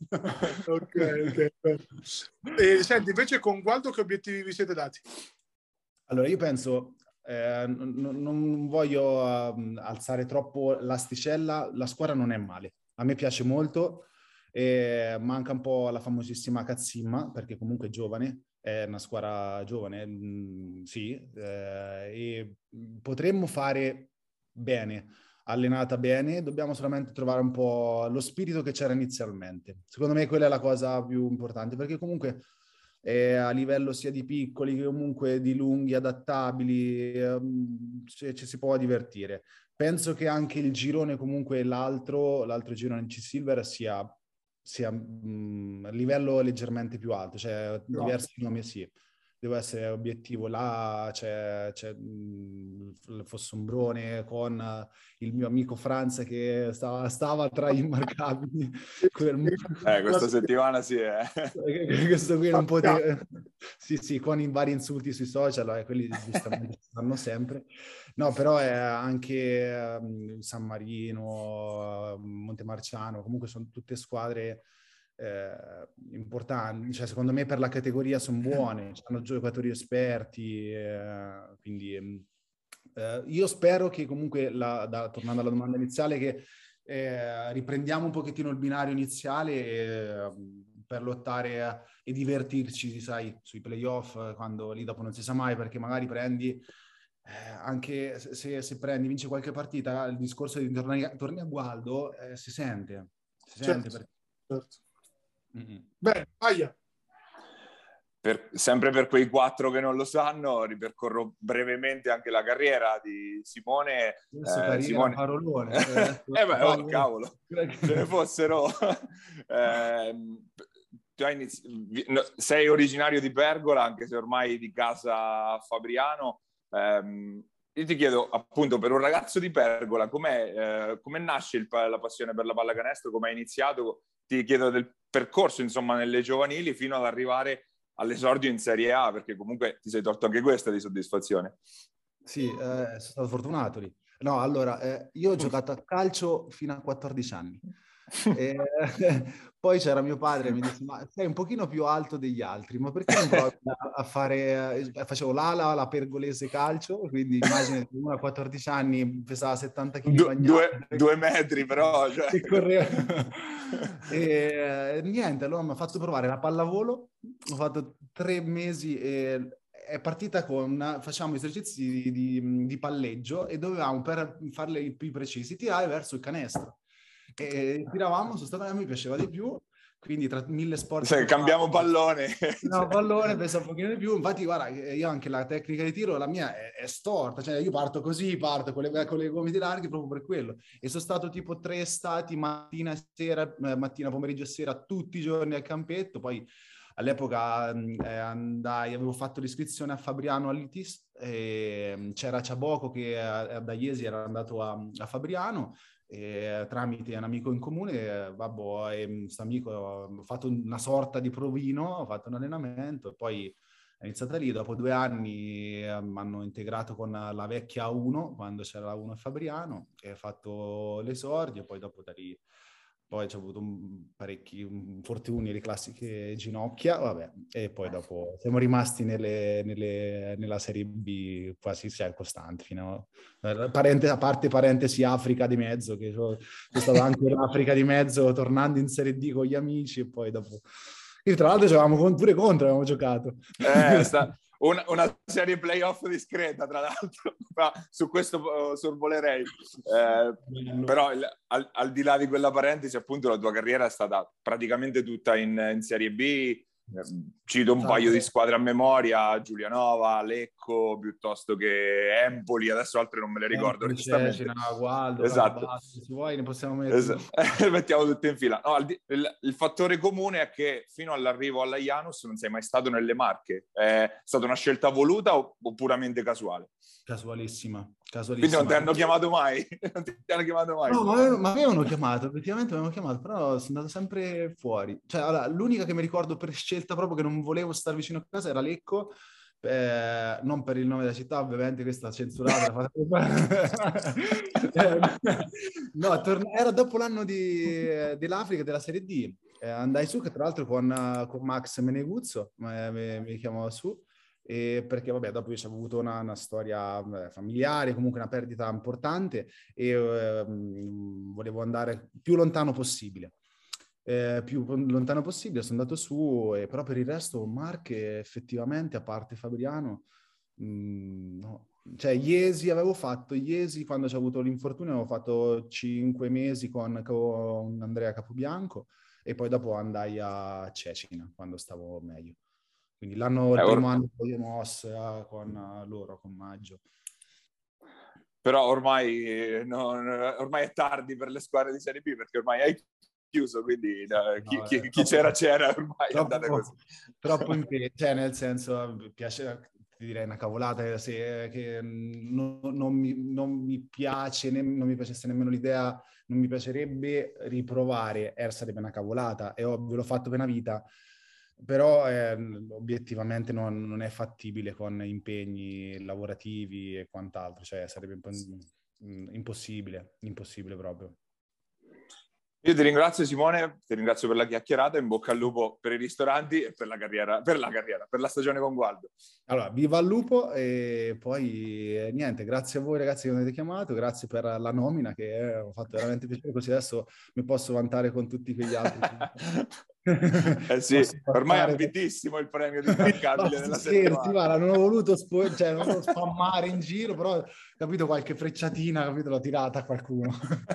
Ok, ok. E, senti, invece con Gualdo che obiettivi vi siete dati? Allora, io penso... Eh, non, non voglio uh, alzare troppo l'asticella, la squadra non è male, a me piace molto, eh, manca un po' la famosissima Kazimma, perché comunque è giovane, è una squadra giovane, mh, sì, eh, e potremmo fare bene, allenata bene, dobbiamo solamente trovare un po' lo spirito che c'era inizialmente. Secondo me quella è la cosa più importante, perché comunque eh, a livello sia di piccoli che comunque di lunghi, adattabili, ehm, ci, ci si può divertire. Penso che anche il girone comunque l'altro, l'altro girone in C-Silver sia, sia mh, a livello leggermente più alto, cioè no. diversi nomi, sì. Devo essere obiettivo, là c'è, c'è il Fossombrone con il mio amico Franz che stava, stava tra gli immarcabili. Eh, questa settimana sì, eh. Questo qui non poteva... Sì, sì, con i vari insulti sui social, eh, quelli giustamente si fanno sempre. No, però è anche um, San Marino, Montemarciano, comunque sono tutte squadre... Eh, importanti, cioè secondo me per la categoria sono buone, hanno giocatori esperti, eh, quindi eh, io spero che comunque, la, da, tornando alla domanda iniziale, che eh, riprendiamo un pochettino il binario iniziale eh, per lottare a, e divertirci, sai, sui playoff, quando lì dopo non si sa mai, perché magari prendi eh, anche se, se prendi, vinci qualche partita, il discorso di tornare, torni a Gualdo eh, si sente, si certo, sente perché... certo. Mm-hmm. Bene, aia. Per, sempre per quei quattro che non lo sanno, ripercorro brevemente anche la carriera di Simone. Adesso eh, carriera, Simone... parolone. eh beh, oh, cavolo, ce ne fossero. eh, tu hai inizi... Sei originario di Pergola, anche se ormai di casa a Fabriano. Eh, io ti chiedo, appunto, per un ragazzo di Pergola, com'è, eh, come nasce il, la passione per la pallacanestro? Come hai iniziato? Ti chiedo del percorso, insomma, nelle giovanili fino ad arrivare all'esordio in Serie A, perché comunque ti sei tolto anche questa di soddisfazione. Sì, eh, sono stato fortunato lì. No, allora, eh, io ho giocato a calcio fino a quattordici anni. E, eh, poi c'era mio padre e mi disse, ma sei un pochino più alto degli altri, ma perché non provi a, a fare... Eh, facevo l'ala, la pergolese calcio, quindi immagino che uno a quattordici anni pesava settanta chili du- due, due metri però. Cioè. E correva. E niente, allora mi ha fatto provare la pallavolo, ho fatto tre mesi e... è partita con, facciamo esercizi di, di, di palleggio e dovevamo, per farli più precisi, tirare verso il canestro. E tiravamo, sono stato, a me piaceva di più, quindi tra mille sport... Sì, cambiamo pallone. No, pallone pesa un pochino di più, infatti guarda, io anche la tecnica di tiro, la mia è, è storta, cioè io parto così, parto con le, con le gomiti larghe proprio per quello. E sono stato tipo tre estati, mattina e sera, mattina, pomeriggio e sera, tutti i giorni al campetto, poi... All'epoca eh, andai, avevo fatto l'iscrizione a Fabriano all'I T I S, e c'era Ciaboco che eh, da Iesi era andato a, a Fabriano e, tramite un amico in comune, eh, vabbè, e questo amico ho fatto una sorta di provino, ho fatto un allenamento e poi è iniziata lì. Dopo due anni eh, mi hanno integrato con la vecchia A uno, quando c'era la A uno a Fabriano, e ho fatto l'esordio, poi dopo da lì... Poi c'ho avuto un, parecchi infortuni, le classiche ginocchia, vabbè, e poi dopo siamo rimasti nelle, nelle, nella Serie B quasi cioè, costanti, fino a, parente, a parte parentesi Africa di mezzo, che sono, sono stato anche in Africa di mezzo, tornando in Serie D con gli amici, e poi dopo... Io tra l'altro giocavamo pure contro, avevamo giocato. Eh, sta... Una, una serie playoff discreta, tra l'altro, ma su questo uh, sorvolerei. Eh, però il, al, al di là di quella parentesi, appunto, la tua carriera è stata praticamente tutta in, in Serie B, Cito un Ah, paio sì. di squadre a memoria: Giulianova, Lecco, piuttosto che Empoli, adesso altre non me le ricordo Empoli, onestamente. Cecina, Gualdo, Esatto. Campobasso, se vuoi ne possiamo mettere. Esatto. Mettiamo tutte in fila. No, il, il, il fattore comune è che fino all'arrivo alla Janus non sei mai stato nelle Marche. È stata una scelta voluta o, o puramente casuale? Casualissima, casualissima. Quindi non ti hanno chiamato mai? Non ti hanno chiamato mai? No, ma avevano, ma avevano chiamato, effettivamente mi avevano chiamato, però sono andato sempre fuori. Cioè, allora, l'unica che mi ricordo per scelta proprio che non volevo stare vicino a casa era Lecco, eh, non per il nome della città, ovviamente questa censurata. eh, no, torn- era dopo l'anno di, dell'Africa, della Serie D. Eh, andai su, che tra l'altro con, con Max Meneguzzo, eh, mi, mi chiamava su. E perché vabbè, dopo io ci avevo avuto una, una storia beh, familiare, comunque una perdita importante e eh, volevo andare più lontano possibile. Eh, più lontano possibile, sono andato su, e, però per il resto Marche effettivamente, a parte Fabriano, mh, no. Cioè Iesi avevo fatto, Iesi quando c'è avuto l'infortunio avevo fatto cinque mesi con, con Andrea Capobianco e poi dopo andai a Cecina quando stavo meglio. Quindi l'anno, il Eh, primo or- anno di Moss eh, con uh, loro, con Maggio. Però ormai, eh, non, ormai è tardi per le squadre di Serie B, perché ormai hai chiuso, quindi no, chi, No, chi, eh, chi troppo, c'era c'era, ormai è andata troppo, così. troppo impegno, cioè nel senso, piace, ti direi una cavolata, se, che non, non, mi, non mi piace, ne, non mi piacesse nemmeno l'idea, non mi piacerebbe riprovare, eh, sarebbe una cavolata, è ovvio, l'ho fatto per una vita, però eh, obiettivamente non, non è fattibile con impegni lavorativi e quant'altro, cioè sarebbe imp- impossibile, impossibile proprio. Io ti ringrazio Simone, ti ringrazio per la chiacchierata, in bocca al lupo per i ristoranti e per la carriera, per la carriera, per la stagione con Gualdo. Allora, viva il lupo e poi eh, niente, grazie a voi ragazzi che mi avete chiamato, grazie per la nomina che eh, ho fatto veramente piacere, così adesso mi posso vantare con tutti quegli altri. Eh sì, ormai è ambitissimo il premio distaccabile della scherzi, settimana. guarda, non ho voluto spo- cioè, non volevo spammare in giro, però capito, qualche frecciatina, capito, l'ho tirata a qualcuno.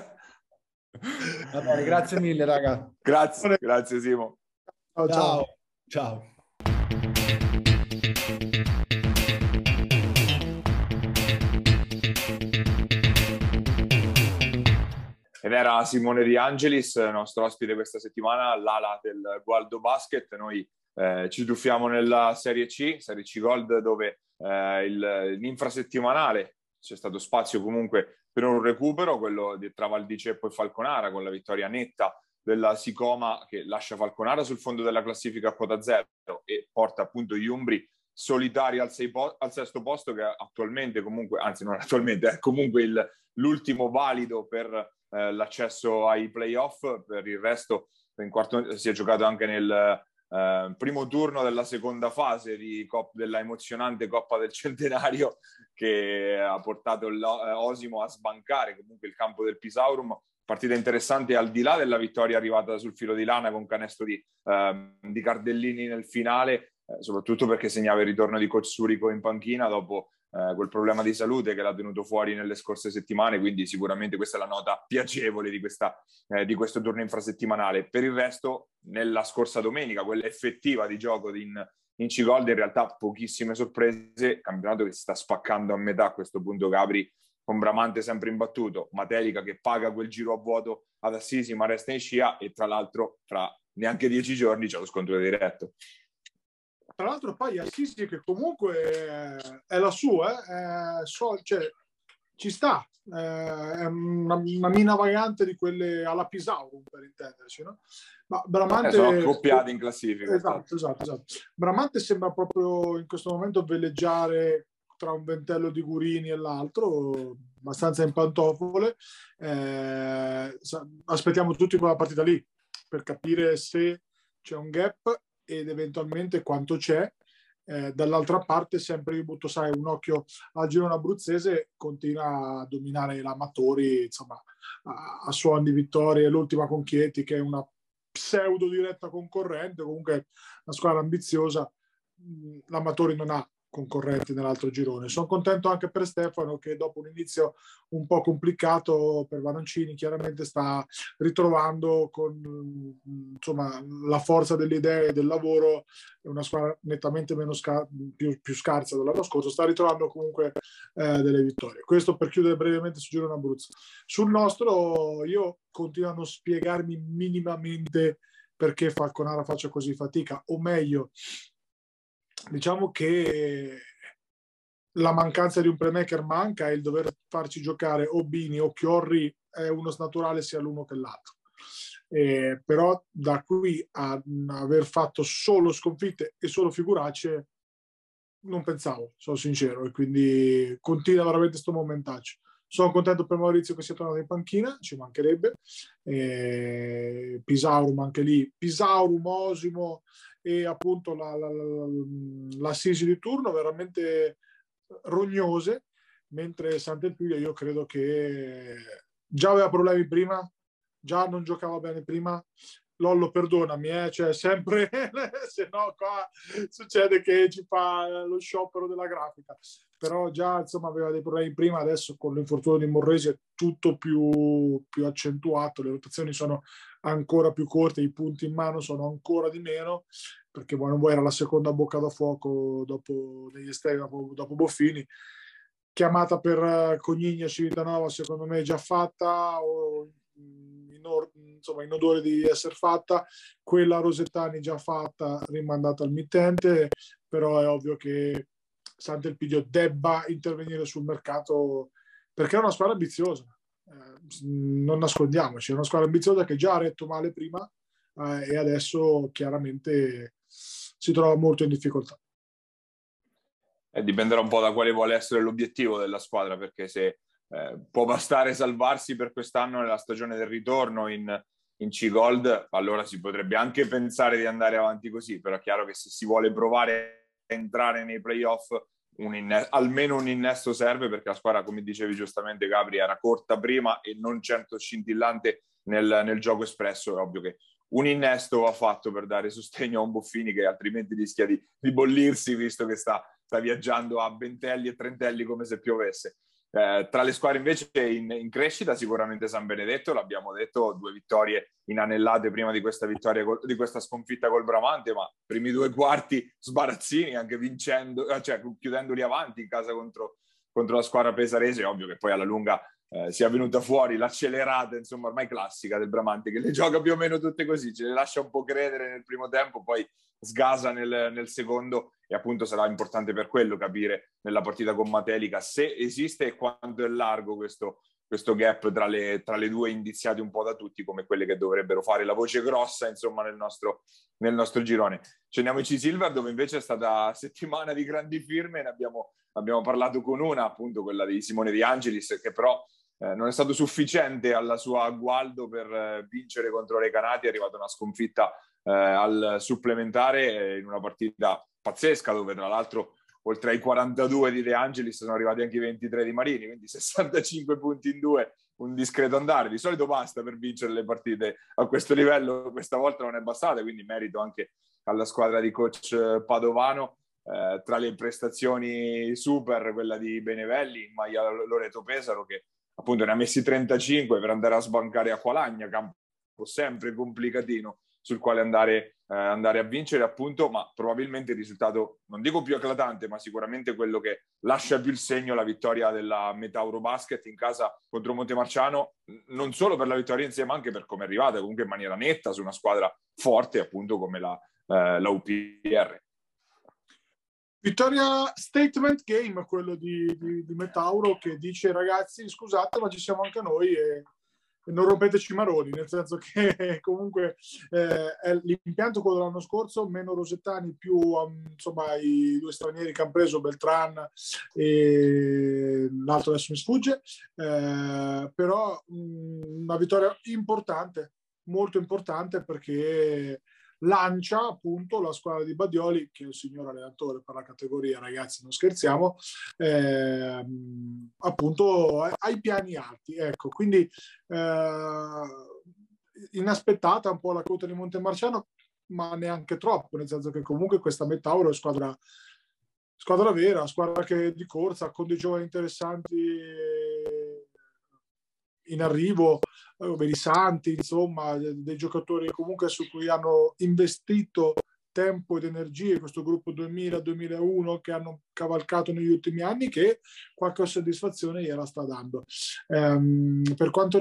Va bene, grazie mille raga. Grazie, grazie Simo. Ciao, ciao. Ciao. Ed era Simone De Angelis, nostro ospite questa settimana, l'ala del Gualdo Basket. Noi eh, ci tuffiamo nella Serie C, Serie C Gold, dove eh, il, l'infrasettimanale c'è stato spazio comunque per un recupero, quello di, tra Val di Ceppo e Falconara, con la vittoria netta della Sicoma che lascia Falconara sul fondo della classifica a quota zero e porta appunto gli Umbri solitari al, sei po- al sesto posto, che attualmente comunque, anzi non attualmente, è comunque il, l'ultimo valido per eh, l'accesso ai playoff. Per il resto in quarto, si è giocato anche nel eh, primo turno della seconda fase di Cop, della emozionante Coppa del Centenario, che ha portato l'Osimo a sbancare comunque il campo del Pisaurum. Partita interessante al di là della vittoria arrivata sul filo di lana con canestro di, eh, di Cardellini nel finale, eh, soprattutto perché segnava il ritorno di Coach Surico in panchina dopo eh, quel problema di salute che l'ha tenuto fuori nelle scorse settimane, quindi sicuramente questa è la nota piacevole di, questa, eh, di questo turno infrasettimanale. Per il resto, nella scorsa domenica, quella effettiva di gioco di in, in C-Gold, in realtà pochissime sorprese, campionato che si sta spaccando a metà a questo punto, Gabri, con Bramante sempre imbattuto, Matelica che paga quel giro a vuoto ad Assisi ma resta in scia, e tra l'altro fra neanche dieci giorni c'è lo scontro diretto. Tra l'altro poi Assisi che comunque è la sua, eh, è so, cioè, ci sta, eh, è una, una mina vagante di quelle alla Pisaurum, per intenderci, no? Ma Bramante... Eh, sono accoppiati in classifica. Esatto, esatto, esatto. Bramante sembra proprio in questo momento veleggiare tra un ventello di Gurini e l'altro, abbastanza in pantofole. Eh, aspettiamo tutti quella partita lì per capire se c'è un gap ed eventualmente quanto c'è. Eh, dall'altra parte sempre io butto, sai, un occhio al girone abruzzese, continua a dominare l'Amatori, insomma, a, a suon di vittorie, l'ultima con Chieti che è una pseudo diretta concorrente, comunque una squadra ambiziosa. L'Amatori non ha concorrenti nell'altro girone. Sono contento anche per Stefano che dopo un inizio un po' complicato per Vanoncini chiaramente sta ritrovando con insomma, la forza delle idee e del lavoro, una squadra nettamente meno scar- più, più scarsa dell'anno scorso, sta ritrovando comunque eh, delle vittorie. Questo per chiudere brevemente sul girone Abruzzo. Sul nostro io continuo a non spiegarmi minimamente perché Falconara faccia così fatica, o meglio diciamo che la mancanza di un playmaker manca e il dover farci giocare o Bini o Chiorri è uno snaturale sia l'uno che l'altro. Eh, però da qui a aver fatto solo sconfitte e solo figuracce non pensavo, sono sincero, e quindi continua veramente questo momentaccio. Sono contento per Maurizio che sia tornato in panchina, ci mancherebbe. Eh, Pisaurum anche lì, Pisaurum, Osimo e appunto la, la, la, l'assisi di turno veramente rognose, mentre Sant'Elpidio io credo che già aveva problemi prima, già non giocava bene prima. Lollo, perdonami, eh, cioè sempre se no qua succede che ci fa lo sciopero della grafica, però già insomma aveva dei problemi prima, adesso con l'infortunio di Morresi è tutto più, più accentuato, le rotazioni sono ancora più corte, i punti in mano sono ancora di meno, perché vuoi non vuoi era la seconda bocca da fuoco dopo negli esterni, dopo, dopo Boffini. Chiamata per Cogniglia Civitanova secondo me è già fatta, o in, or- insomma in odore di essere fatta, quella Rosettani già fatta, rimandata al mittente, però è ovvio che Sant'Elpidio debba intervenire sul mercato perché è una squadra ambiziosa, eh, non nascondiamoci, è una squadra ambiziosa che già ha retto male prima eh, e adesso chiaramente si trova molto in difficoltà. E dipenderà un po' da quale vuole essere l'obiettivo della squadra, perché se eh, può bastare salvarsi per quest'anno nella stagione del ritorno in, in C-Gold, allora si potrebbe anche pensare di andare avanti così, però è chiaro che se si vuole provare a entrare nei playoff un inne- almeno un innesto serve, perché la squadra, come dicevi giustamente Gabri, era corta prima e non certo scintillante nel, nel gioco espresso. È ovvio che un innesto va fatto per dare sostegno a un Boffini che altrimenti rischia di, di bollirsi, visto che sta, sta viaggiando a ventelli e trentelli come se piovesse. Eh, tra le squadre invece in, in crescita sicuramente San Benedetto, l'abbiamo detto, due vittorie inanellate prima di questa vittoria, di questa sconfitta col Bramante, ma primi due quarti sbarazzini, anche vincendo, cioè chiudendoli avanti in casa contro, contro la squadra pesarese. È ovvio che poi alla lunga eh, sia venuta fuori l'accelerata, insomma ormai classica del Bramante, che le gioca più o meno tutte così, ce le lascia un po' credere nel primo tempo, poi sgasa nel, nel secondo, e appunto sarà importante per quello capire nella partita con Matelica se esiste e quanto è largo questo, questo gap tra le, tra le due indiziate un po' da tutti come quelle che dovrebbero fare la voce grossa insomma nel nostro, nel nostro girone. Scendiamo in C-Silver, dove invece è stata settimana di grandi firme, ne abbiamo, abbiamo parlato con una, appunto quella di Simone De Angelis, che però eh, non è stato sufficiente alla sua Gualdo per eh, vincere contro Recanati. È arrivata una sconfitta eh, al supplementare in una partita pazzesca, dove tra l'altro oltre ai quarantadue di De Angelis sono arrivati anche i ventitré di Marini, quindi sessantacinque punti in due, un discreto andare. Di solito basta per vincere le partite a questo livello, questa volta non è bastata, quindi merito anche alla squadra di coach Padovano. Eh, tra le prestazioni super, quella di Benevelli in maglia Loreto Pesaro, che appunto ne ha messi trentacinque per andare a sbancare Acqualagna, campo sempre complicatino sul quale andare, eh, andare a vincere, appunto, ma probabilmente il risultato, non dico più eclatante, ma sicuramente quello che lascia più il segno, la vittoria della Metauro Basket in casa contro Montemarciano, non solo per la vittoria insieme, ma anche per come è arrivata comunque in maniera netta su una squadra forte, appunto, come la, eh, la U P R. Vittoria statement game, quello di, di, di Metauro, che dice ragazzi scusate ma ci siamo anche noi e, e non rompeteci i maroni, nel senso che comunque eh, è l'impianto quello dell'anno scorso, meno Rosettani, più um, insomma i due stranieri che hanno preso, Beltran e l'altro adesso mi sfugge, eh, però mh, una vittoria importante, molto importante, perché lancia appunto la squadra di Badioli, che è il signor allenatore per la categoria, ragazzi non scherziamo, eh, appunto ai piani alti, ecco, quindi eh, inaspettata un po' la quota di Montemarciano, ma neanche troppo, nel senso che comunque questa Metauro è squadra squadra vera, squadra che di corsa, con dei giovani interessanti in arrivo, Verisanti, insomma, dei giocatori comunque su cui hanno investito tempo ed energie, questo gruppo duemila duemilauno che hanno cavalcato negli ultimi anni, che qualche soddisfazione gliela sta dando. Ehm, per quanto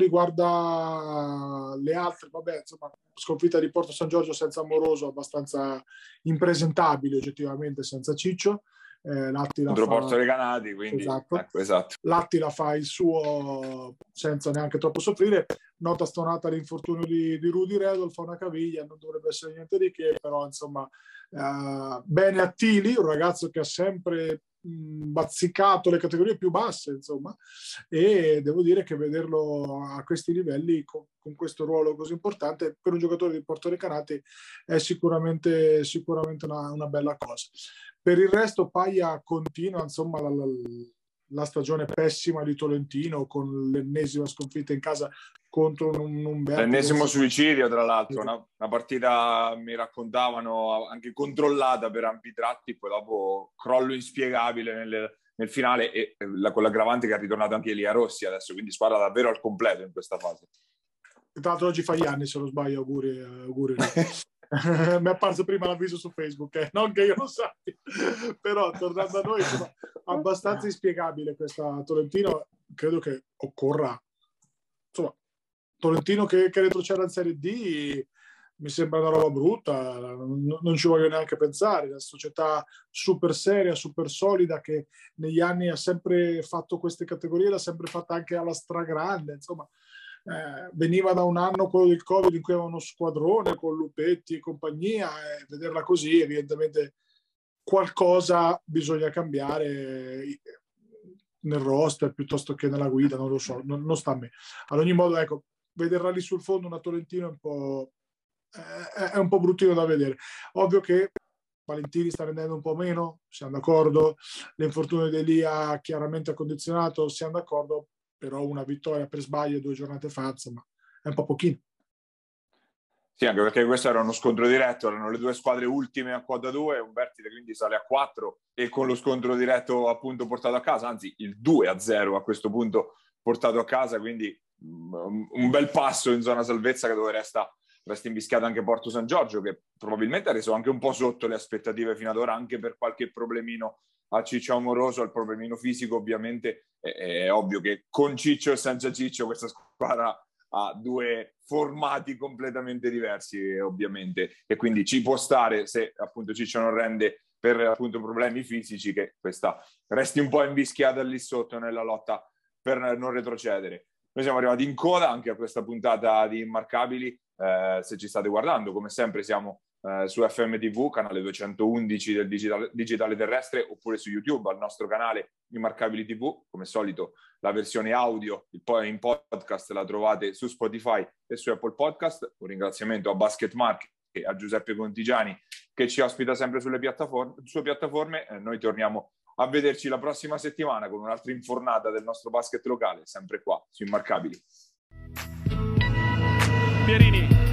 riguarda le altre, vabbè, insomma, sconfitta di Porto San Giorgio senza Amoroso, abbastanza impresentabile oggettivamente senza Ciccio. Eh, L'Attila contro fa... Porto Recanati, quindi esatto. Ecco, esatto. L'Attila fa il suo senza neanche troppo soffrire. Nota stonata l'infortunio di, di Rudy Redolf, fa una caviglia, non dovrebbe essere niente di che, però insomma eh, bene Attili, un ragazzo che ha sempre mh, bazzicato le categorie più basse, insomma, e devo dire che vederlo a questi livelli con, con questo ruolo così importante per un giocatore di Porto Recanati è sicuramente, sicuramente una, una bella cosa. Per il resto Paia continua, insomma, la, la, la stagione pessima di Tolentino con l'ennesima sconfitta in casa contro un Umberto. L'ennesimo suicidio, tra l'altro, una, una partita, mi raccontavano, anche controllata per ampi tratti, poi dopo crollo inspiegabile nel, nel finale, e la, con l'aggravante che è ritornato anche Elia Rossi adesso, quindi squadra davvero al completo in questa fase. Tra l'altro oggi fa gli anni, se non sbaglio, auguri. auguri. Mi è apparso prima l'avviso su Facebook, eh? Non che io lo sappia, però tornando a noi, insomma, abbastanza inspiegabile questa Tolentino. Credo che occorra, insomma, Tolentino che, che retrocede in Serie D mi sembra una roba brutta, non, non ci voglio neanche pensare. La società super seria, super solida, che negli anni ha sempre fatto queste categorie, l'ha sempre fatta anche alla stragrande, insomma. Eh, veniva da un anno, quello del Covid, in cui aveva uno squadrone con Lupetti e compagnia, e vederla così evidentemente qualcosa bisogna cambiare nel roster piuttosto che nella guida, non lo so, non, non sta a me. Ad ogni modo, ecco, vederla lì sul fondo una Tolentino è un po', eh, è un po' bruttino da vedere. Ovvio che Valentini sta rendendo un po' meno, siamo d'accordo, l'infortunio di Elia ha chiaramente condizionato, siamo d'accordo, però una vittoria per sbaglio due giornate fa, insomma, è un po' pochino. Sì, anche perché questo era uno scontro diretto, erano le due squadre ultime a quota due, Umbertide quindi sale a quattro e con lo scontro diretto appunto portato a casa, anzi il due a zero a questo punto portato a casa, quindi un bel passo in zona salvezza, che dove resta, resta invischiata anche Porto San Giorgio, che probabilmente ha reso anche un po' sotto le aspettative fino ad ora, anche per qualche problemino a Ciccio Amoroso, al problemino fisico ovviamente. È, è ovvio che con Ciccio e senza Ciccio questa squadra ha due formati completamente diversi, ovviamente, e ququindi ci può stare, se appunto Ciccio non rende per appunto problemi fisici, che questa resti un po' invischiata lì sotto nella lotta per non retrocedere. Noi siamo arrivati in coda anche a questa puntata di Immarcabili. Eh, se ci state guardando, come sempre siamo eh, su F M T V, canale duecentoundici del digitale, digitale terrestre, oppure su YouTube al nostro canale Immarcabili T V. Come solito la versione audio poi in podcast la trovate su Spotify e su Apple Podcast. Un ringraziamento a Basket Mark e a Giuseppe Contigiani, che ci ospita sempre sulle piattaforme, sue piattaforme. Eh, noi torniamo a vederci la prossima settimana con un'altra infornata del nostro basket locale, sempre qua su Immarcabili. Pierini